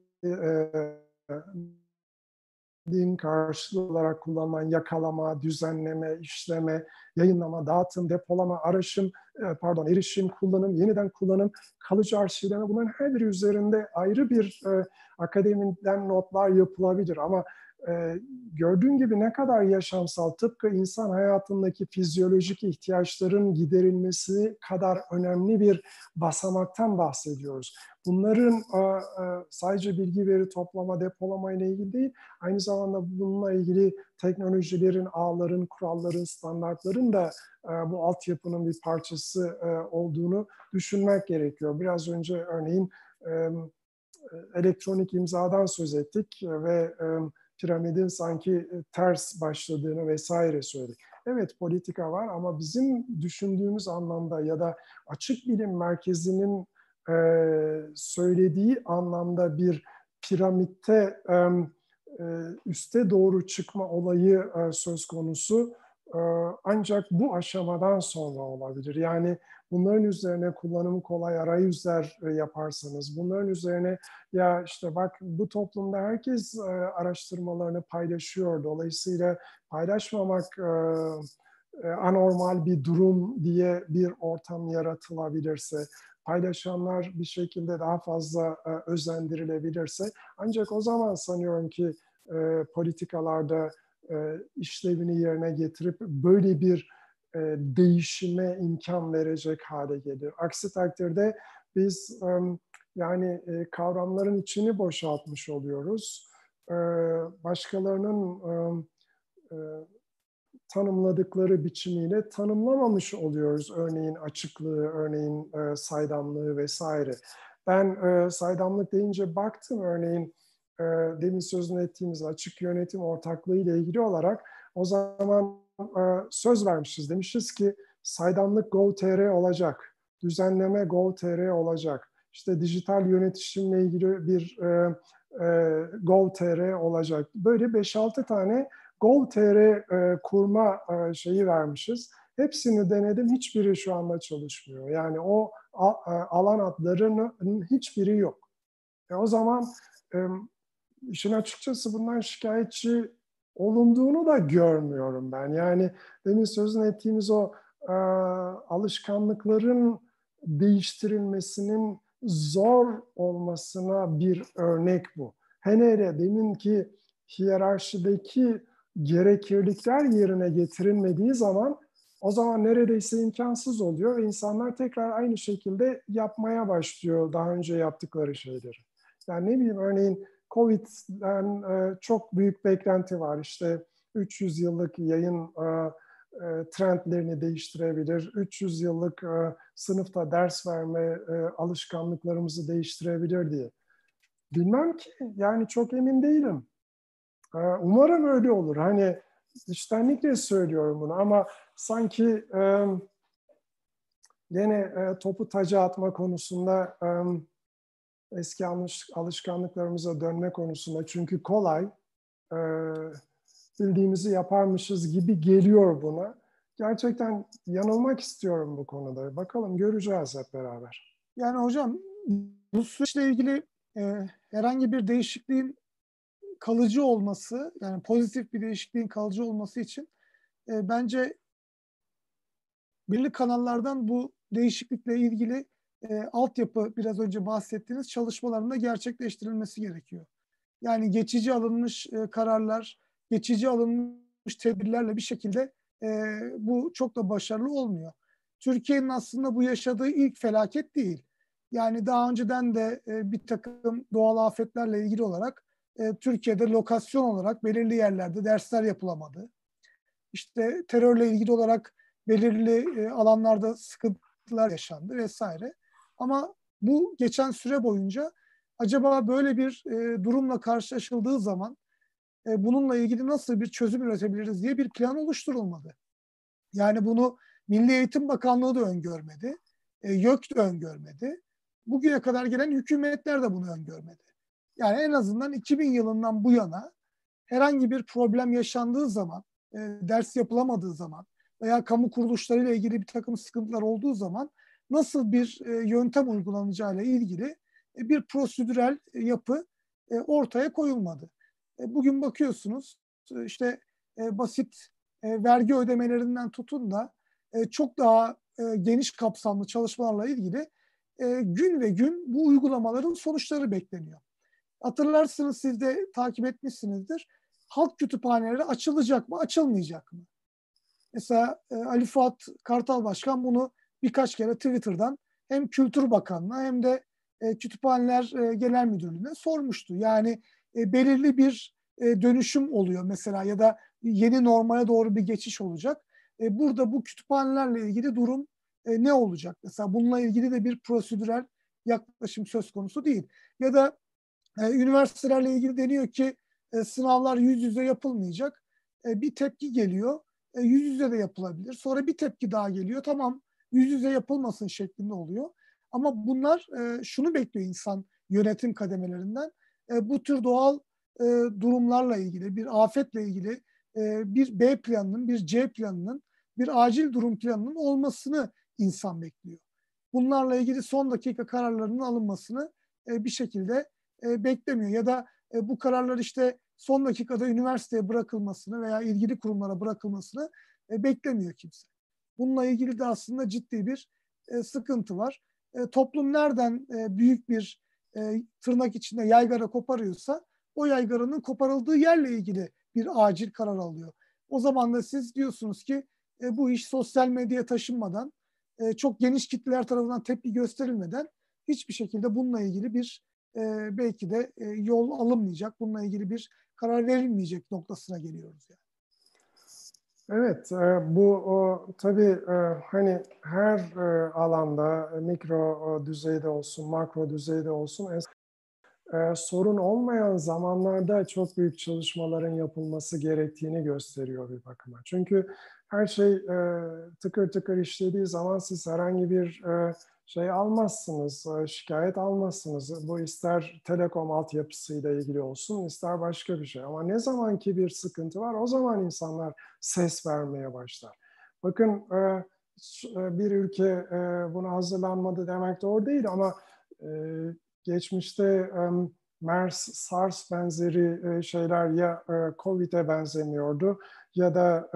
din karşılığı olarak kullanılan yakalama, düzenleme, işleme, yayınlama, dağıtım, depolama, erişim, kullanım, yeniden kullanım, kalıcı arşivleme, bunların her biri üzerinde ayrı bir akademiden notlar yapılabilir. Ama gördüğün gibi ne kadar yaşamsal, tıpkı insan hayatındaki fizyolojik ihtiyaçların giderilmesi kadar önemli bir basamaktan bahsediyoruz. Bunların sadece bilgi veri toplama, depolama ile ilgili değil, aynı zamanda bununla ilgili teknolojilerin, ağların, kuralların, standartların da bu altyapının bir parçası olduğunu düşünmek gerekiyor. Biraz önce örneğin elektronik imzadan söz ettik ve piramidin sanki ters başladığını vesaire söyledik. Evet, politika var ama bizim düşündüğümüz anlamda ya da açık bilim merkezinin söylediği anlamda bir piramitte üste doğru çıkma olayı söz konusu ancak bu aşamadan sonra olabilir. Yani bunların üzerine kullanımı kolay arayüzler yaparsanız, bunların üzerine ya işte bak bu toplumda herkes araştırmalarını paylaşıyor. Dolayısıyla paylaşmamak anormal bir durum diye bir ortam yaratılabilirse, paylaşanlar bir şekilde daha fazla özendirilebilirse, ancak o zaman sanıyorum ki politikalarda işlevini yerine getirip böyle bir değişime imkan verecek hale gelir. Aksi takdirde biz yani kavramların içini boşaltmış oluyoruz. Başkalarının tanımladıkları biçimiyle tanımlamamış oluyoruz. Örneğin açıklığı, örneğin saydamlığı vesaire. Ben saydamlık deyince baktım örneğin demin sözünü ettiğimiz açık yönetim ortaklığı ile ilgili olarak o zaman söz vermişiz. Demişiz ki saydamlık Gov.tr olacak, düzenleme Gov.tr olacak, işte dijital yönetişimle ilgili bir Gov.tr olacak. Böyle 5-6 tane Gov.tr kurma şeyi vermişiz. Hepsini denedim, hiçbiri şu anda çalışmıyor. Yani o alan adlarının hiçbiri yok. O zaman işin açıkçası bundan şikayetçi olunduğunu da görmüyorum ben. Yani demin sözünü ettiğimiz o alışkanlıkların değiştirilmesinin zor olmasına bir örnek bu. Hele deminki hiyerarşideki gereklilikler yerine getirilmediği zaman o zaman neredeyse imkansız oluyor ve insanlar tekrar aynı şekilde yapmaya başlıyor daha önce yaptıkları şeyleri. Yani ne bileyim örneğin Covid'den çok büyük beklenti var. İşte 300 yıllık yayın trendlerini değiştirebilir. 300 yıllık sınıfta ders verme alışkanlıklarımızı değiştirebilir diye. Bilmem ki, yani çok emin değilim. Umarım öyle olur. Hani içtenlikle söylüyorum bunu ama sanki yine topu taca atma konusunda eski alışkanlıklarımıza dönme konusunda çünkü kolay bildiğimizi yaparmışız gibi geliyor buna. Gerçekten yanılmak istiyorum bu konuda. Bakalım göreceğiz hep beraber. Yani hocam bu süreçle ilgili herhangi bir değişikliğin kalıcı olması, yani pozitif bir değişikliğin kalıcı olması için bence belli kanallardan bu değişiklikle ilgili altyapı, biraz önce bahsettiğiniz çalışmaların da gerçekleştirilmesi gerekiyor. Yani geçici alınmış kararlar, geçici alınmış tedbirlerle bir şekilde bu çok da başarılı olmuyor. Türkiye'nin aslında bu yaşadığı ilk felaket değil. Yani daha önceden de bir takım doğal afetlerle ilgili olarak Türkiye'de lokasyon olarak belirli yerlerde dersler yapılamadı. İşte terörle ilgili olarak belirli alanlarda sıkıntılar yaşandı vesaire. Ama bu geçen süre boyunca acaba böyle bir durumla karşılaşıldığı zaman bununla ilgili nasıl bir çözüm üretebiliriz diye bir plan oluşturulmadı. Yani bunu Milli Eğitim Bakanlığı da öngörmedi, YÖK de öngörmedi. Bugüne kadar gelen hükümetler de bunu öngörmedi. Yani en azından 2000 yılından bu yana herhangi bir problem yaşandığı zaman, ders yapılamadığı zaman veya kamu kuruluşlarıyla ilgili bir takım sıkıntılar olduğu zaman nasıl bir yöntem uygulanacağıyla ilgili bir prosedürel yapı ortaya koyulmadı. Bugün bakıyorsunuz işte basit vergi ödemelerinden tutun da çok daha geniş kapsamlı çalışmalarla ilgili gün ve gün bu uygulamaların sonuçları bekleniyor. Hatırlarsınız, siz de takip etmişsinizdir. Halk kütüphaneleri açılacak mı, açılmayacak mı? Mesela Ali Fuat Kartal Başkan bunu birkaç kere Twitter'dan hem Kültür Bakanlığı'na hem de Kütüphaneler Genel Müdürlüğü'ne sormuştu. Yani belirli bir dönüşüm oluyor mesela, ya da yeni normale doğru bir geçiş olacak. Burada bu kütüphanelerle ilgili durum ne olacak? Mesela bununla ilgili de bir prosedürel yaklaşım söz konusu değil. Ya da üniversitelerle ilgili deniyor ki sınavlar yüz yüze yapılmayacak. Bir tepki geliyor. Yüz yüze de yapılabilir. Sonra bir tepki daha geliyor. Tamam, yüz yüze yapılmasın şeklinde oluyor. Ama bunlar şunu bekliyor insan yönetim kademelerinden. Bu tür doğal durumlarla ilgili, bir afetle ilgili bir B planının, bir C planının, bir acil durum planının olmasını insan bekliyor. Bunlarla ilgili son dakika kararlarının alınmasını bir şekilde beklemiyor. Ya da bu kararlar işte son dakikada üniversiteye bırakılmasını veya ilgili kurumlara bırakılmasını beklemiyor kimse. Bununla ilgili de aslında ciddi bir sıkıntı var. Toplum nereden büyük bir tırnak içinde yaygara koparıyorsa o yaygaranın koparıldığı yerle ilgili bir acil karar alıyor. O zaman da siz diyorsunuz ki bu iş sosyal medyaya taşınmadan, çok geniş kitleler tarafından tepki gösterilmeden hiçbir şekilde bununla ilgili bir belki de yol alınmayacak, bununla ilgili bir karar verilmeyecek noktasına geliyoruz yani. Evet, bu tabii hani her alanda mikro düzeyde olsun, makro düzeyde olsun sorun olmayan zamanlarda çok büyük çalışmaların yapılması gerektiğini gösteriyor bir bakıma. Çünkü her şey tıkır tıkır işlediği zaman siz herhangi bir şey almazsınız, şikayet almazsınız. Bu ister telekom altyapısıyla ilgili olsun, ister başka bir şey. Ama ne zaman ki bir sıkıntı var, o zaman insanlar ses vermeye başlar. Bakın bir ülke buna hazırlanmadı demek doğru değil ama geçmişte MERS, SARS benzeri şeyler ya COVID'e benzemiyordu ya da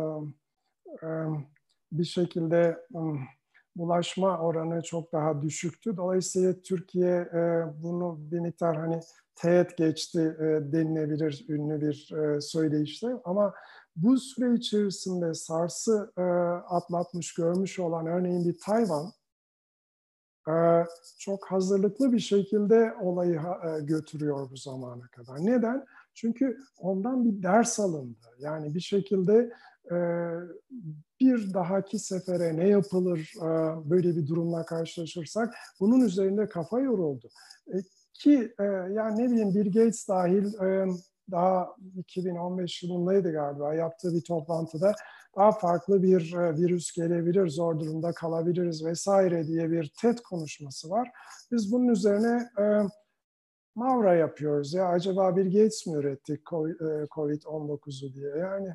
bir şekilde bulaşma oranı çok daha düşüktü. Dolayısıyla Türkiye bunu bir miktar hani teğet geçti denilebilir ünlü bir söyleyişle. Ama bu süre içerisinde SARS'ı atlatmış, görmüş olan örneğin bir Tayvan çok hazırlıklı bir şekilde olayı götürüyor bu zamana kadar. Neden? Çünkü ondan bir ders alındı. Yani bir şekilde bir dahaki sefere ne yapılır böyle bir durumla karşılaşırsak bunun üzerinde kafa yoruldu. Ki yani ne bileyim Bill Gates dahil daha 2015 yılındaydı galiba yaptığı bir toplantıda daha farklı bir virüs gelebilir, zor durumda kalabiliriz vesaire diye bir TED konuşması var. Biz bunun üzerine Mavra yapıyoruz. Ya acaba Bill Gates mi üretti COVID-19'u diye yani.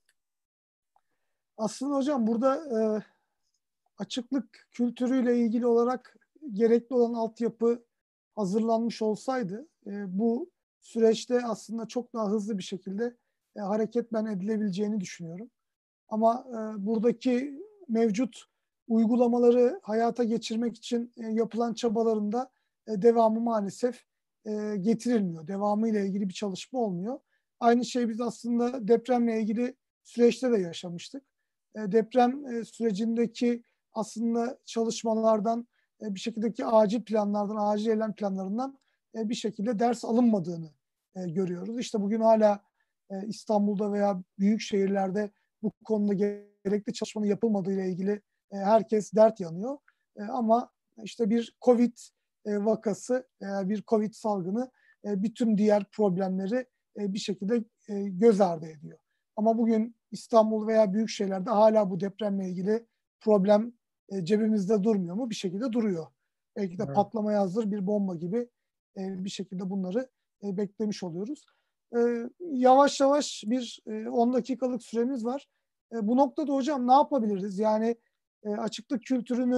Aslında hocam burada açıklık kültürüyle ilgili olarak gerekli olan altyapı hazırlanmış olsaydı bu süreçte aslında çok daha hızlı bir şekilde hareket ben edilebileceğini düşünüyorum. Ama buradaki mevcut uygulamaları hayata geçirmek için yapılan çabalarında devamı maalesef getirilmiyor. Devamı ile ilgili bir çalışma olmuyor. Aynı şey biz aslında depremle ilgili süreçte de yaşamıştık. Deprem sürecindeki aslında çalışmalardan, bir şekildeki acil planlardan, acil eylem planlarından bir şekilde ders alınmadığını görüyoruz. İşte bugün hala İstanbul'da veya büyük şehirlerde bu konuda gerekli çalışmanın yapılmadığı ile ilgili herkes dert yanıyor. Ama işte bir Covid vakası, bir Covid salgını bütün diğer problemleri bir şekilde göz ardı ediyor. Ama bugün İstanbul veya büyük şehirlerde hala bu depremle ilgili problem cebimizde durmuyor mu? Bir şekilde duruyor. Belki de Evet. patlamaya hazır bir bomba gibi bir şekilde bunları beklemiş oluyoruz. Yavaş yavaş bir 10 dakikalık süremiz var. Bu noktada hocam ne yapabiliriz? Yani açıklık kültürünü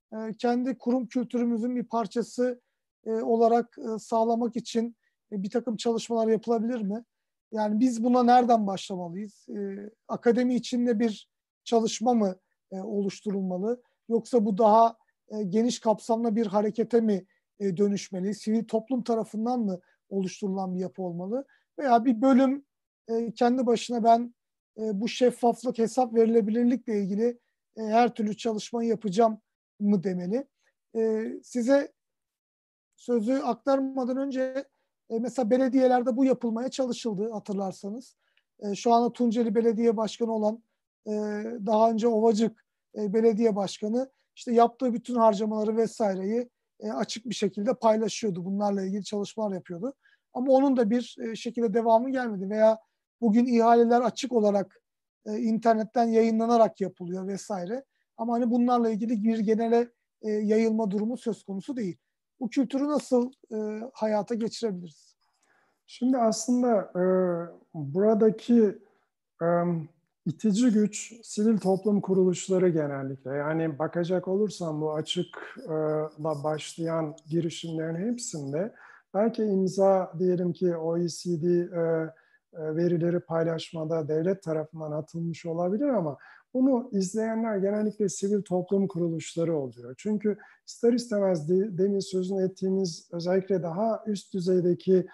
kendi kurum kültürümüzün bir parçası olarak sağlamak için bir takım çalışmalar yapılabilir mi? Yani biz buna nereden başlamalıyız? Akademi içinde bir çalışma mı oluşturulmalı? Yoksa bu daha geniş kapsamlı bir harekete mi dönüşmeli? Sivil toplum tarafından mı oluşturulan bir yapı olmalı? Veya bir bölüm kendi başına ben bu şeffaflık, hesap verilebilirlikle ilgili her türlü çalışmayı yapacağım mı demeli? Size sözü aktarmadan önce mesela belediyelerde bu yapılmaya çalışıldı hatırlarsanız. Şu anda Tunceli Belediye Başkanı olan daha önce Ovacık Belediye Başkanı işte yaptığı bütün harcamaları vesaireyi açık bir şekilde paylaşıyordu. Bunlarla ilgili çalışmalar yapıyordu. Ama onun da bir şekilde devamı gelmedi. Veya bugün ihaleler açık olarak internetten yayınlanarak yapılıyor vesaire. Ama hani bunlarla ilgili bir genele yayılma durumu söz konusu değil. Bu kültürü nasıl hayata geçirebiliriz? Şimdi aslında buradaki itici güç sivil toplum kuruluşları genellikle. Yani bakacak olursam bu açıkla başlayan girişimlerin hepsinde belki imza diyelim ki OECD verileri paylaşmada devlet tarafından atılmış olabilir ama bunu izleyenler genellikle sivil toplum kuruluşları oluyor. Çünkü ister istemez demin sözünü ettiğimiz özellikle daha üst düzeydeki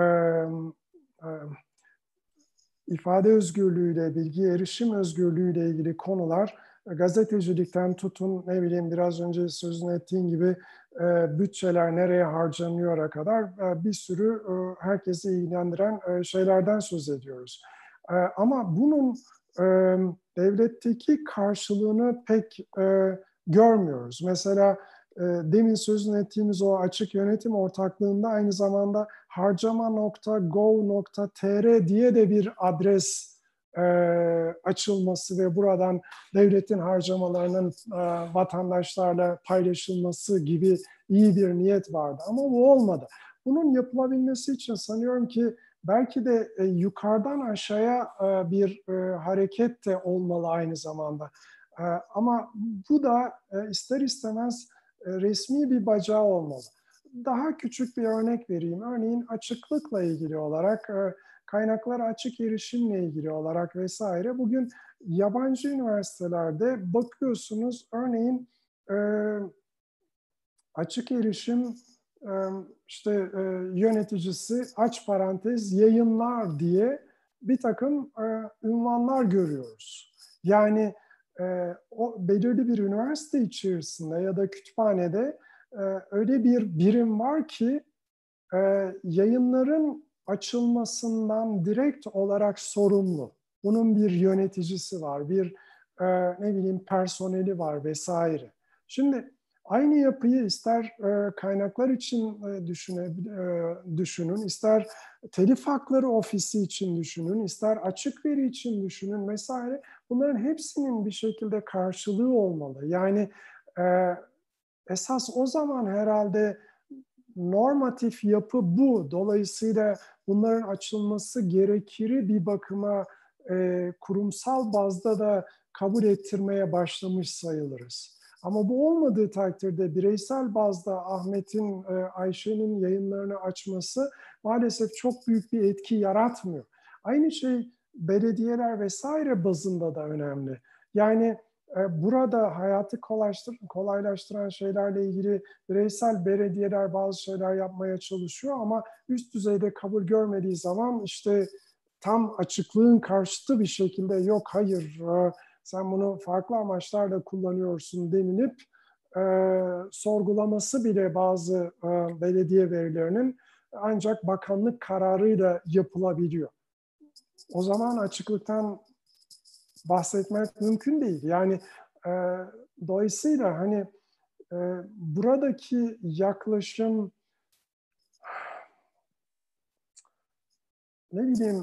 ifade özgürlüğüyle, bilgi erişim özgürlüğüyle ilgili konular gazetecilikten tutun ne bileyim biraz önce sözünü ettiğin gibi bütçeler nereye harcanıyor'a kadar bir sürü herkesi ilgilendiren şeylerden söz ediyoruz. Ama bunun devletteki karşılığını pek görmüyoruz. Mesela demin sözünü ettiğimiz o açık yönetim ortaklığında aynı zamanda harcama.gov.tr diye de bir adres açılması ve buradan devletin harcamalarının vatandaşlarla paylaşılması gibi iyi bir niyet vardı. Ama bu olmadı. Bunun yapılabilmesi için sanıyorum ki belki de yukarıdan aşağıya bir hareket de olmalı aynı zamanda. Ama bu da ister istemez resmi bir bacağı olmalı. Daha küçük bir örnek vereyim. Örneğin açıklıkla ilgili olarak, kaynaklara açık erişimle ilgili olarak vesaire. Bugün yabancı üniversitelerde bakıyorsunuz örneğin açık erişim işte yöneticisi aç parantez yayınlar diye bir takım ünvanlar görüyoruz. Yani o belirli bir üniversite içerisinde ya da kütüphanede öyle bir birim var ki yayınların açılmasından direkt olarak sorumlu. Bunun bir yöneticisi var, bir ne bileyim personeli var vesaire. Şimdi aynı yapıyı ister kaynaklar için düşünün, ister telif hakları ofisi için düşünün, ister açık veri için düşünün vesaire. Bunların hepsinin bir şekilde karşılığı olmalı. Yani esas o zaman herhalde normatif yapı bu. Dolayısıyla bunların açılması gerekir bir bakıma kurumsal bazda da kabul ettirmeye başlamış sayılırız. Ama bu olmadığı takdirde bireysel bazda Ahmet'in, Ayşe'nin yayınlarını açması maalesef çok büyük bir etki yaratmıyor. Aynı şey belediyeler vesaire bazında da önemli. Yani burada hayatı kolaylaştıran şeylerle ilgili bireysel belediyeler bazı şeyler yapmaya çalışıyor ama üst düzeyde kabul görmediği zaman işte tam açıklığın karşıtı bir şekilde yok hayır sen bunu farklı amaçlarla kullanıyorsun denilip sorgulaması bile bazı belediye verilerinin ancak bakanlık kararıyla yapılabiliyor. O zaman açıklıktan bahsetmek mümkün değil. Yani dolayısıyla hani buradaki yaklaşım ne bileyim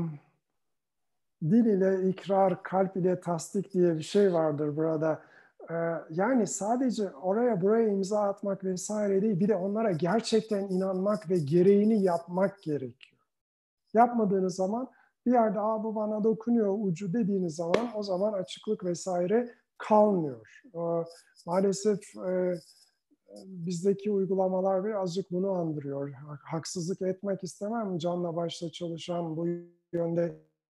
dil ile ikrar, kalp ile tasdik diye bir şey vardır burada. Yani sadece oraya buraya imza atmak vesaire değil, bir de onlara gerçekten inanmak ve gereğini yapmak gerekiyor. Yapmadığınız zaman bir yerde bu bana dokunuyor ucu dediğiniz zaman o zaman açıklık vesaire kalmıyor. Maalesef bizdeki uygulamalar birazcık bunu andırıyor. Haksızlık etmek istemem. Canla başla çalışan bu yönde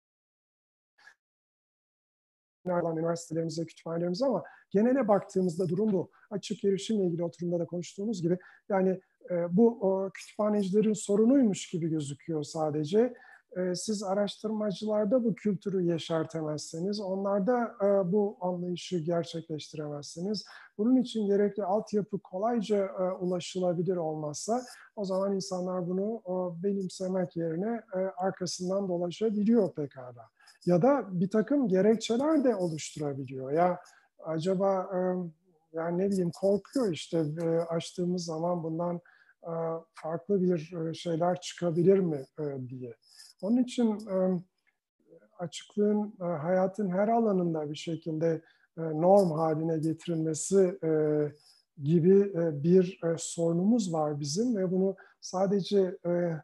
üniversitelerimize, kütüphanelerimize ama genele baktığımızda durum bu. Açık erişimle ilgili oturumda da konuştuğumuz gibi yani bu kütüphanecilerin sorunuymuş gibi gözüküyor sadece. Siz araştırmacılarda bu kültürü yeşertemezseniz, onlarda bu anlayışı gerçekleştiremezsiniz. Bunun için gerekli altyapı kolayca ulaşılabilir olmazsa o zaman insanlar bunu benimsemek yerine arkasından dolaşabiliyor pekala. Ya da bir takım gerekçeler de oluşturabiliyor. Ya acaba yani ne bileyim korkuyor işte açtığımız zaman bundan farklı bir şeyler çıkabilir mi diye. Onun için açıklığın hayatın her alanında bir şekilde norm haline getirilmesi gibi bir sorunumuz var bizim ve bunu sadece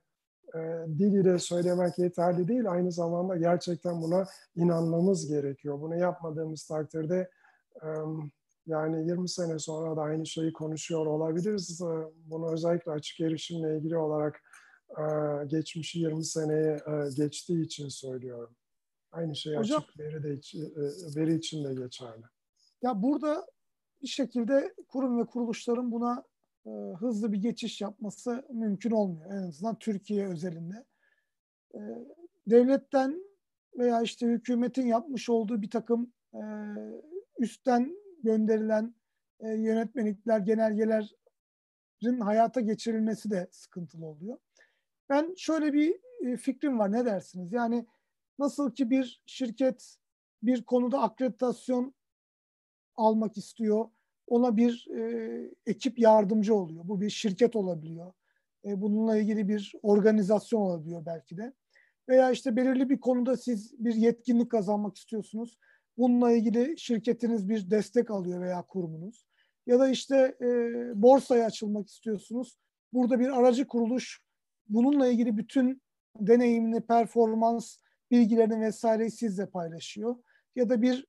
dil ile söylemek yeterli değil, aynı zamanda gerçekten buna inanmamız gerekiyor. Bunu yapmadığımız takdirde yani 20 sene sonra da aynı şeyi konuşuyor olabiliriz. Bunu özellikle açık erişimle ilgili olarak geçmişi 20 seneye geçtiği için söylüyorum. Aynı şey Hocam, açık veri için de geçerli. ya burada bir şekilde kurum ve kuruluşların buna hızlı bir geçiş yapması mümkün olmuyor. En azından Türkiye özelinde. E, Devletten veya işte hükümetin yapmış olduğu bir takım üstten gönderilen yönetmelikler, genelgelerin hayata geçirilmesi de sıkıntılı oluyor. Ben şöyle bir fikrim var. Ne dersiniz? Yani nasıl ki bir şirket bir konuda akreditasyon almak istiyor, ona bir ekip yardımcı oluyor. Bu bir şirket olabiliyor. Bununla ilgili bir organizasyon olabiliyor belki de. Veya işte belirli bir konuda siz bir yetkinlik kazanmak istiyorsunuz. Bununla ilgili şirketiniz bir destek alıyor veya kurumunuz. Ya da işte borsaya açılmak istiyorsunuz. Burada bir aracı kuruluş bununla ilgili bütün deneyimini, performans bilgilerini vesaireyi sizle paylaşıyor. Ya da bir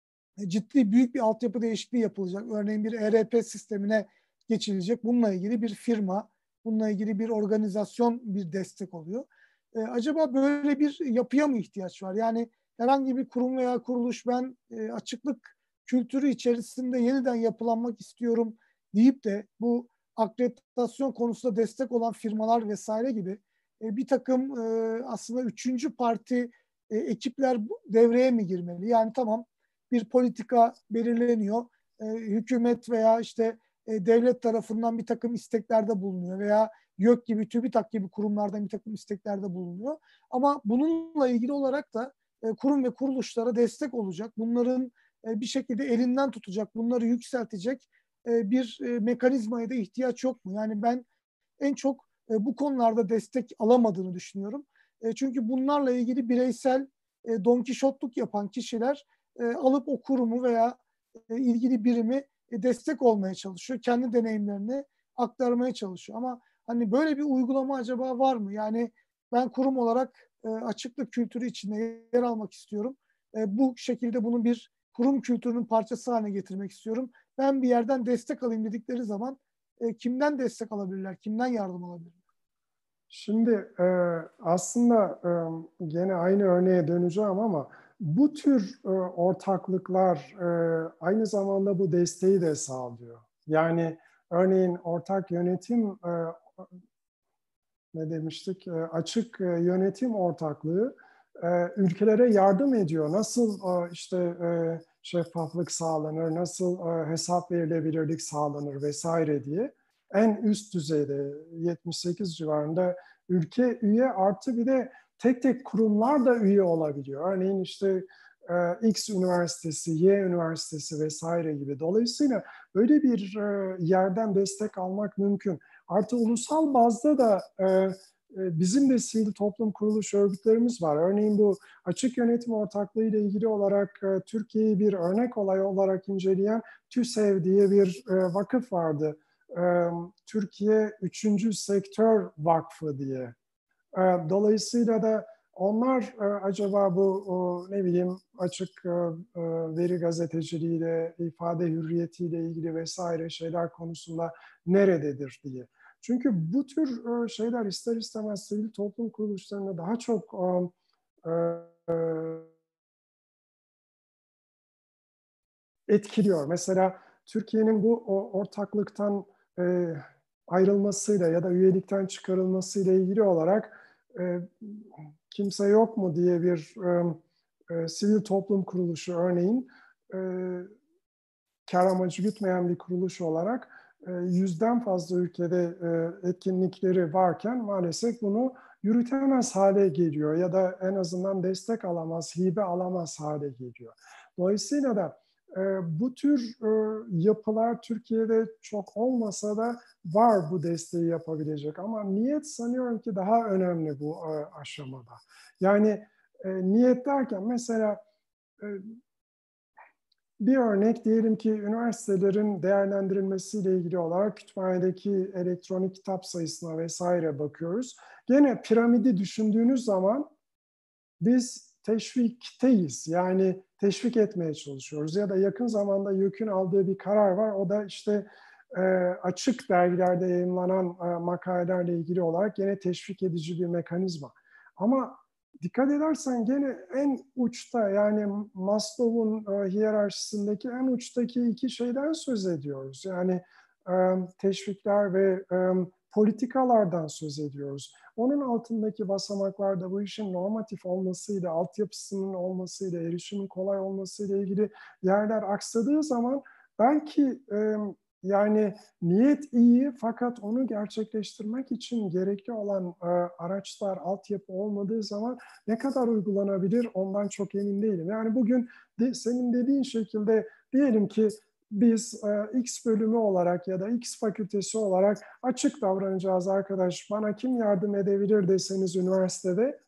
ciddi büyük bir altyapı değişikliği yapılacak. Örneğin bir ERP sistemine geçilecek. Bununla ilgili bir firma, bununla ilgili bir organizasyon bir destek oluyor. Acaba böyle bir yapıya mı ihtiyaç var? Yani herhangi bir kurum veya kuruluş ben açıklık kültürü içerisinde yeniden yapılanmak istiyorum deyip de bu akreditasyon konusunda destek olan firmalar vesaire gibi bir takım aslında üçüncü parti ekipler devreye mi girmeli? Yani tamam bir politika belirleniyor. Hükümet veya işte devlet tarafından bir takım isteklerde bulunuyor veya YÖK gibi, TÜBİTAK gibi kurumlardan bir takım isteklerde bulunuyor. Ama bununla ilgili olarak da kurum ve kuruluşlara destek olacak. Bunların bir şekilde elinden tutacak, bunları yükseltecek bir mekanizmaya da ihtiyaç yok mu? Yani ben en çok bu konularda destek alamadığını düşünüyorum. Çünkü bunlarla ilgili bireysel donkişotluk yapan kişiler alıp o kurumu veya ilgili birimi destek olmaya çalışıyor. Kendi deneyimlerini aktarmaya çalışıyor. Ama hani böyle bir uygulama acaba var mı? Yani ben kurum olarak açıklık kültürü içinde yer almak istiyorum. Bu şekilde bunu bir kurum kültürünün parçası haline getirmek istiyorum. Ben bir yerden destek alayım dedikleri zaman kimden destek alabilirler? Kimden yardım alabilirler? Şimdi aslında gene aynı örneğe döneceğim ama bu tür ortaklıklar aynı zamanda bu desteği de sağlıyor. Yani örneğin ortak yönetim ne demiştik? Açık yönetim ortaklığı ülkelere yardım ediyor. Nasıl işte şeffaflık sağlanır, nasıl hesap verilebilirlik sağlanır vesaire diye. En üst düzeyde 78 civarında ülke üye artı bir de tek tek kurumlar da üye olabiliyor. Örneğin işte X üniversitesi, Y üniversitesi vesaire gibi. Dolayısıyla böyle bir yerden destek almak mümkün. Artı ulusal bazda da bizim de sivil toplum kuruluş örgütlerimiz var. Örneğin bu açık yönetim ortaklığı ile ilgili olarak Türkiye'yi bir örnek olay olarak inceleyen TÜSEV diye bir vakıf vardı. Türkiye 3. Sektör Vakfı diye. Dolayısıyla da onlar acaba bu ne bileyim açık veri gazeteciliğiyle, ifade hürriyetiyle ilgili vesaire şeyler konusunda nerededir diye. Çünkü bu tür şeyler ister istemez sivil toplum kuruluşlarında daha çok e, etkiliyor. Mesela Türkiye'nin bu ortaklıktan ayrılmasıyla ya da üyelikten çıkarılmasıyla ilgili olarak kimse yok mu diye bir sivil toplum kuruluşu örneğin e, kar amacı gütmeyen bir kuruluş olarak 100'den fazla ülkede etkinlikleri varken maalesef bunu yürütemez hale geliyor ya da en azından destek alamaz, hibe alamaz hale geliyor. Dolayısıyla da bu tür yapılar Türkiye'de çok olmasa da var bu desteği yapabilecek. Ama niyet sanıyorum ki daha önemli bu aşamada. Yani niyet derken mesela bir örnek diyelim ki üniversitelerin değerlendirilmesiyle ilgili olarak kütüphanedeki elektronik kitap sayısına vesaire bakıyoruz. Gene piramidi düşündüğünüz zaman biz teşvikteyiz. Yani teşvik etmeye çalışıyoruz. Ya da yakın zamanda YÖK'ün aldığı bir karar var. O da işte açık dergilerde yayınlanan makalelerle ilgili olarak gene teşvik edici bir mekanizma. Ama dikkat edersen gene en uçta yani Maslow'un hiyerarşisindeki en uçtaki iki şeyden söz ediyoruz. Yani teşvikler ve politikalardan söz ediyoruz. Onun altındaki basamaklarda bu işin normatif olmasıyla, altyapısının olmasıyla, erişimin kolay olmasıyla ilgili yerler aksadığı zaman belki yani niyet iyi fakat onu gerçekleştirmek için gerekli olan araçlar, altyapı olmadığı zaman ne kadar uygulanabilir ondan çok emin değilim. Yani bugün senin dediğin şekilde diyelim ki biz X bölümü olarak ya da X fakültesi olarak açık davranacağız arkadaş. Bana kim yardım edebilir deseniz üniversitede.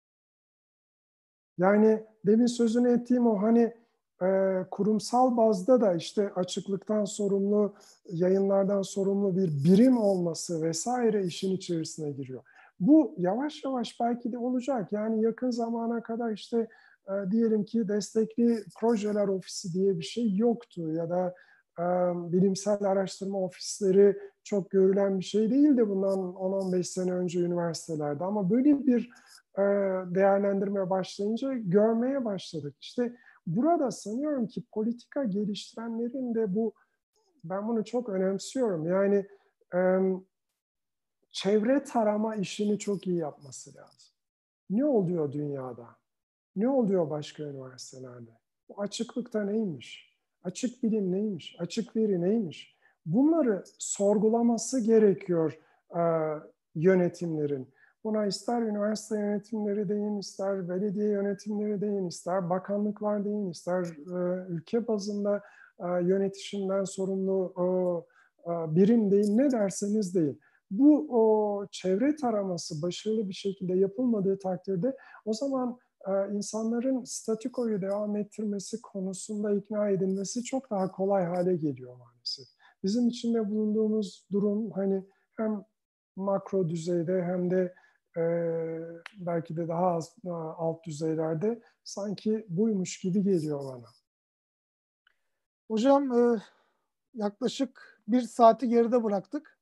Yani demin sözünü ettiğim o hani kurumsal bazda da işte açıklıktan sorumlu, yayınlardan sorumlu bir birim olması vesaire işin içerisine giriyor. Bu yavaş yavaş belki de olacak. Yani yakın zamana kadar işte diyelim ki destekli projeler ofisi diye bir şey yoktu ya da bilimsel araştırma ofisleri çok görülen bir şey değildi bundan 10-15 sene önce üniversitelerde. Ama böyle bir değerlendirmeye başlayınca görmeye başladık. İşte burada sanıyorum ki politika geliştirenlerin de ben bunu çok önemsiyorum. Yani çevre tarama işini çok iyi yapması lazım. Ne oluyor dünyada? Ne oluyor başka üniversitelerde? Bu açıklıkta neymiş? Açık bilim neymiş? Açık veri neymiş? Bunları sorgulaması gerekiyor yönetimlerin. Buna ister üniversite yönetimleri deyin, ister belediye yönetimleri deyin, ister bakanlıklar deyin, ister ülke bazında yönetişimden sorumlu birim deyin, ne derseniz deyin. Bu çevre taraması başarılı bir şekilde yapılmadığı takdirde o zaman insanların statükoyu devam ettirmesi konusunda ikna edilmesi çok daha kolay hale geliyor maalesef. Bizim içinde bulunduğumuz durum hani hem makro düzeyde hem de belki de daha az alt düzeylerde sanki buymuş gibi geliyor bana. Hocam yaklaşık bir saati geride bıraktık.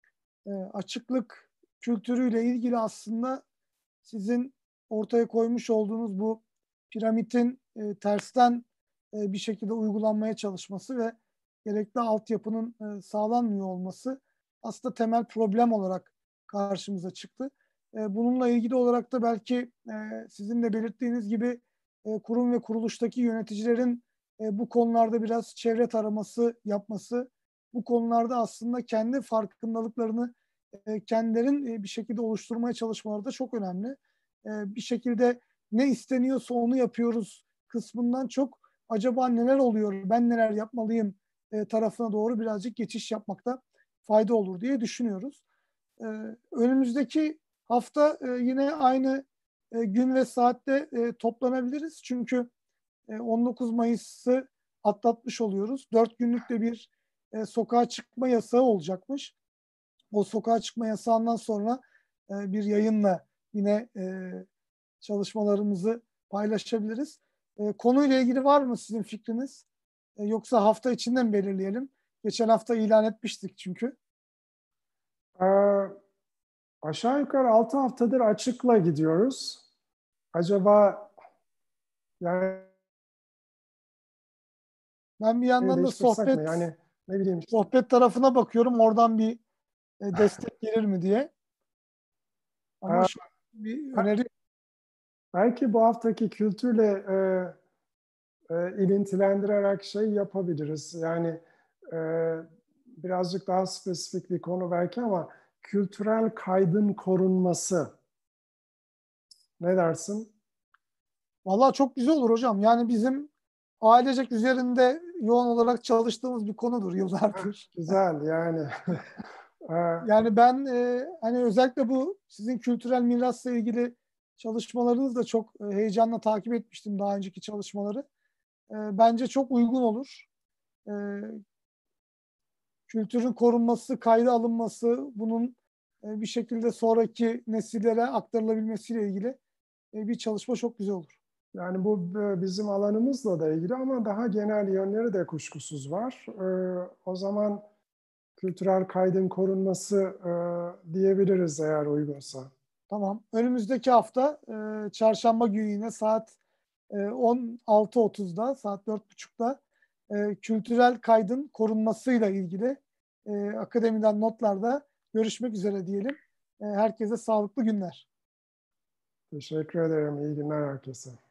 Açıklık kültürüyle ilgili aslında sizin ortaya koymuş olduğunuz bu piramidin tersten bir şekilde uygulanmaya çalışması ve gerekli altyapının sağlanmıyor olması aslında temel problem olarak karşımıza çıktı. Bununla ilgili olarak da belki sizin de belirttiğiniz gibi kurum ve kuruluştaki yöneticilerin bu konularda biraz çevre taraması yapması, bu konularda aslında kendi farkındalıklarını kendilerin bir şekilde oluşturmaya çalışmaları da çok önemli. Bir şekilde ne isteniyorsa onu yapıyoruz kısmından çok acaba neler oluyor, ben neler yapmalıyım tarafına doğru birazcık geçiş yapmakta fayda olur diye düşünüyoruz. Önümüzdeki hafta yine aynı gün ve saatte toplanabiliriz. Çünkü 19 Mayıs'ı atlatmış oluyoruz. 4 günlük de bir sokağa çıkma yasağı olacakmış. O sokağa çıkma yasağından sonra bir yayınla yine çalışmalarımızı paylaşabiliriz. Konuyla ilgili var mı sizin fikriniz? Yoksa hafta içinde mi belirleyelim? Geçen hafta ilan etmiştik çünkü. Aşağı yukarı 6 haftadır açıkla gidiyoruz. Acaba yani Ben bir yandan da değiştirsek mi? Yani ne bileyim işte. sohbet tarafına bakıyorum. Oradan bir destek gelir mi diye. Ama şu bir öneri. Belki bu haftaki kültürle ilintilendirerek şey yapabiliriz. Yani e, birazcık daha spesifik bir konu belki ama kültürel kaydın korunması. Ne dersin? Vallahi çok güzel olur hocam. Yani bizim ailecek üzerinde yoğun olarak çalıştığımız bir konudur yıllardır. Güzel yani. Yani ben hani özellikle bu sizin kültürel mirasla ilgili çalışmalarınızı da çok heyecanla takip etmiştim daha önceki çalışmaları. Bence çok uygun olur. E, Kültürün korunması, kayda alınması, bunun bir şekilde sonraki nesillere aktarılabilmesiyle ilgili bir çalışma çok güzel olur. Yani bu bizim alanımızla da ilgili ama daha genel yönleri de kuşkusuz var. O zaman kültürel kaydın korunması diyebiliriz eğer uygunsa. Tamam. Önümüzdeki hafta çarşamba günü yine saat 16.30'da, saat 4.30'da kültürel kaydın korunmasıyla ilgili akademiden notlarda görüşmek üzere diyelim. Herkese sağlıklı günler. Teşekkür ederim. İyi günler herkese.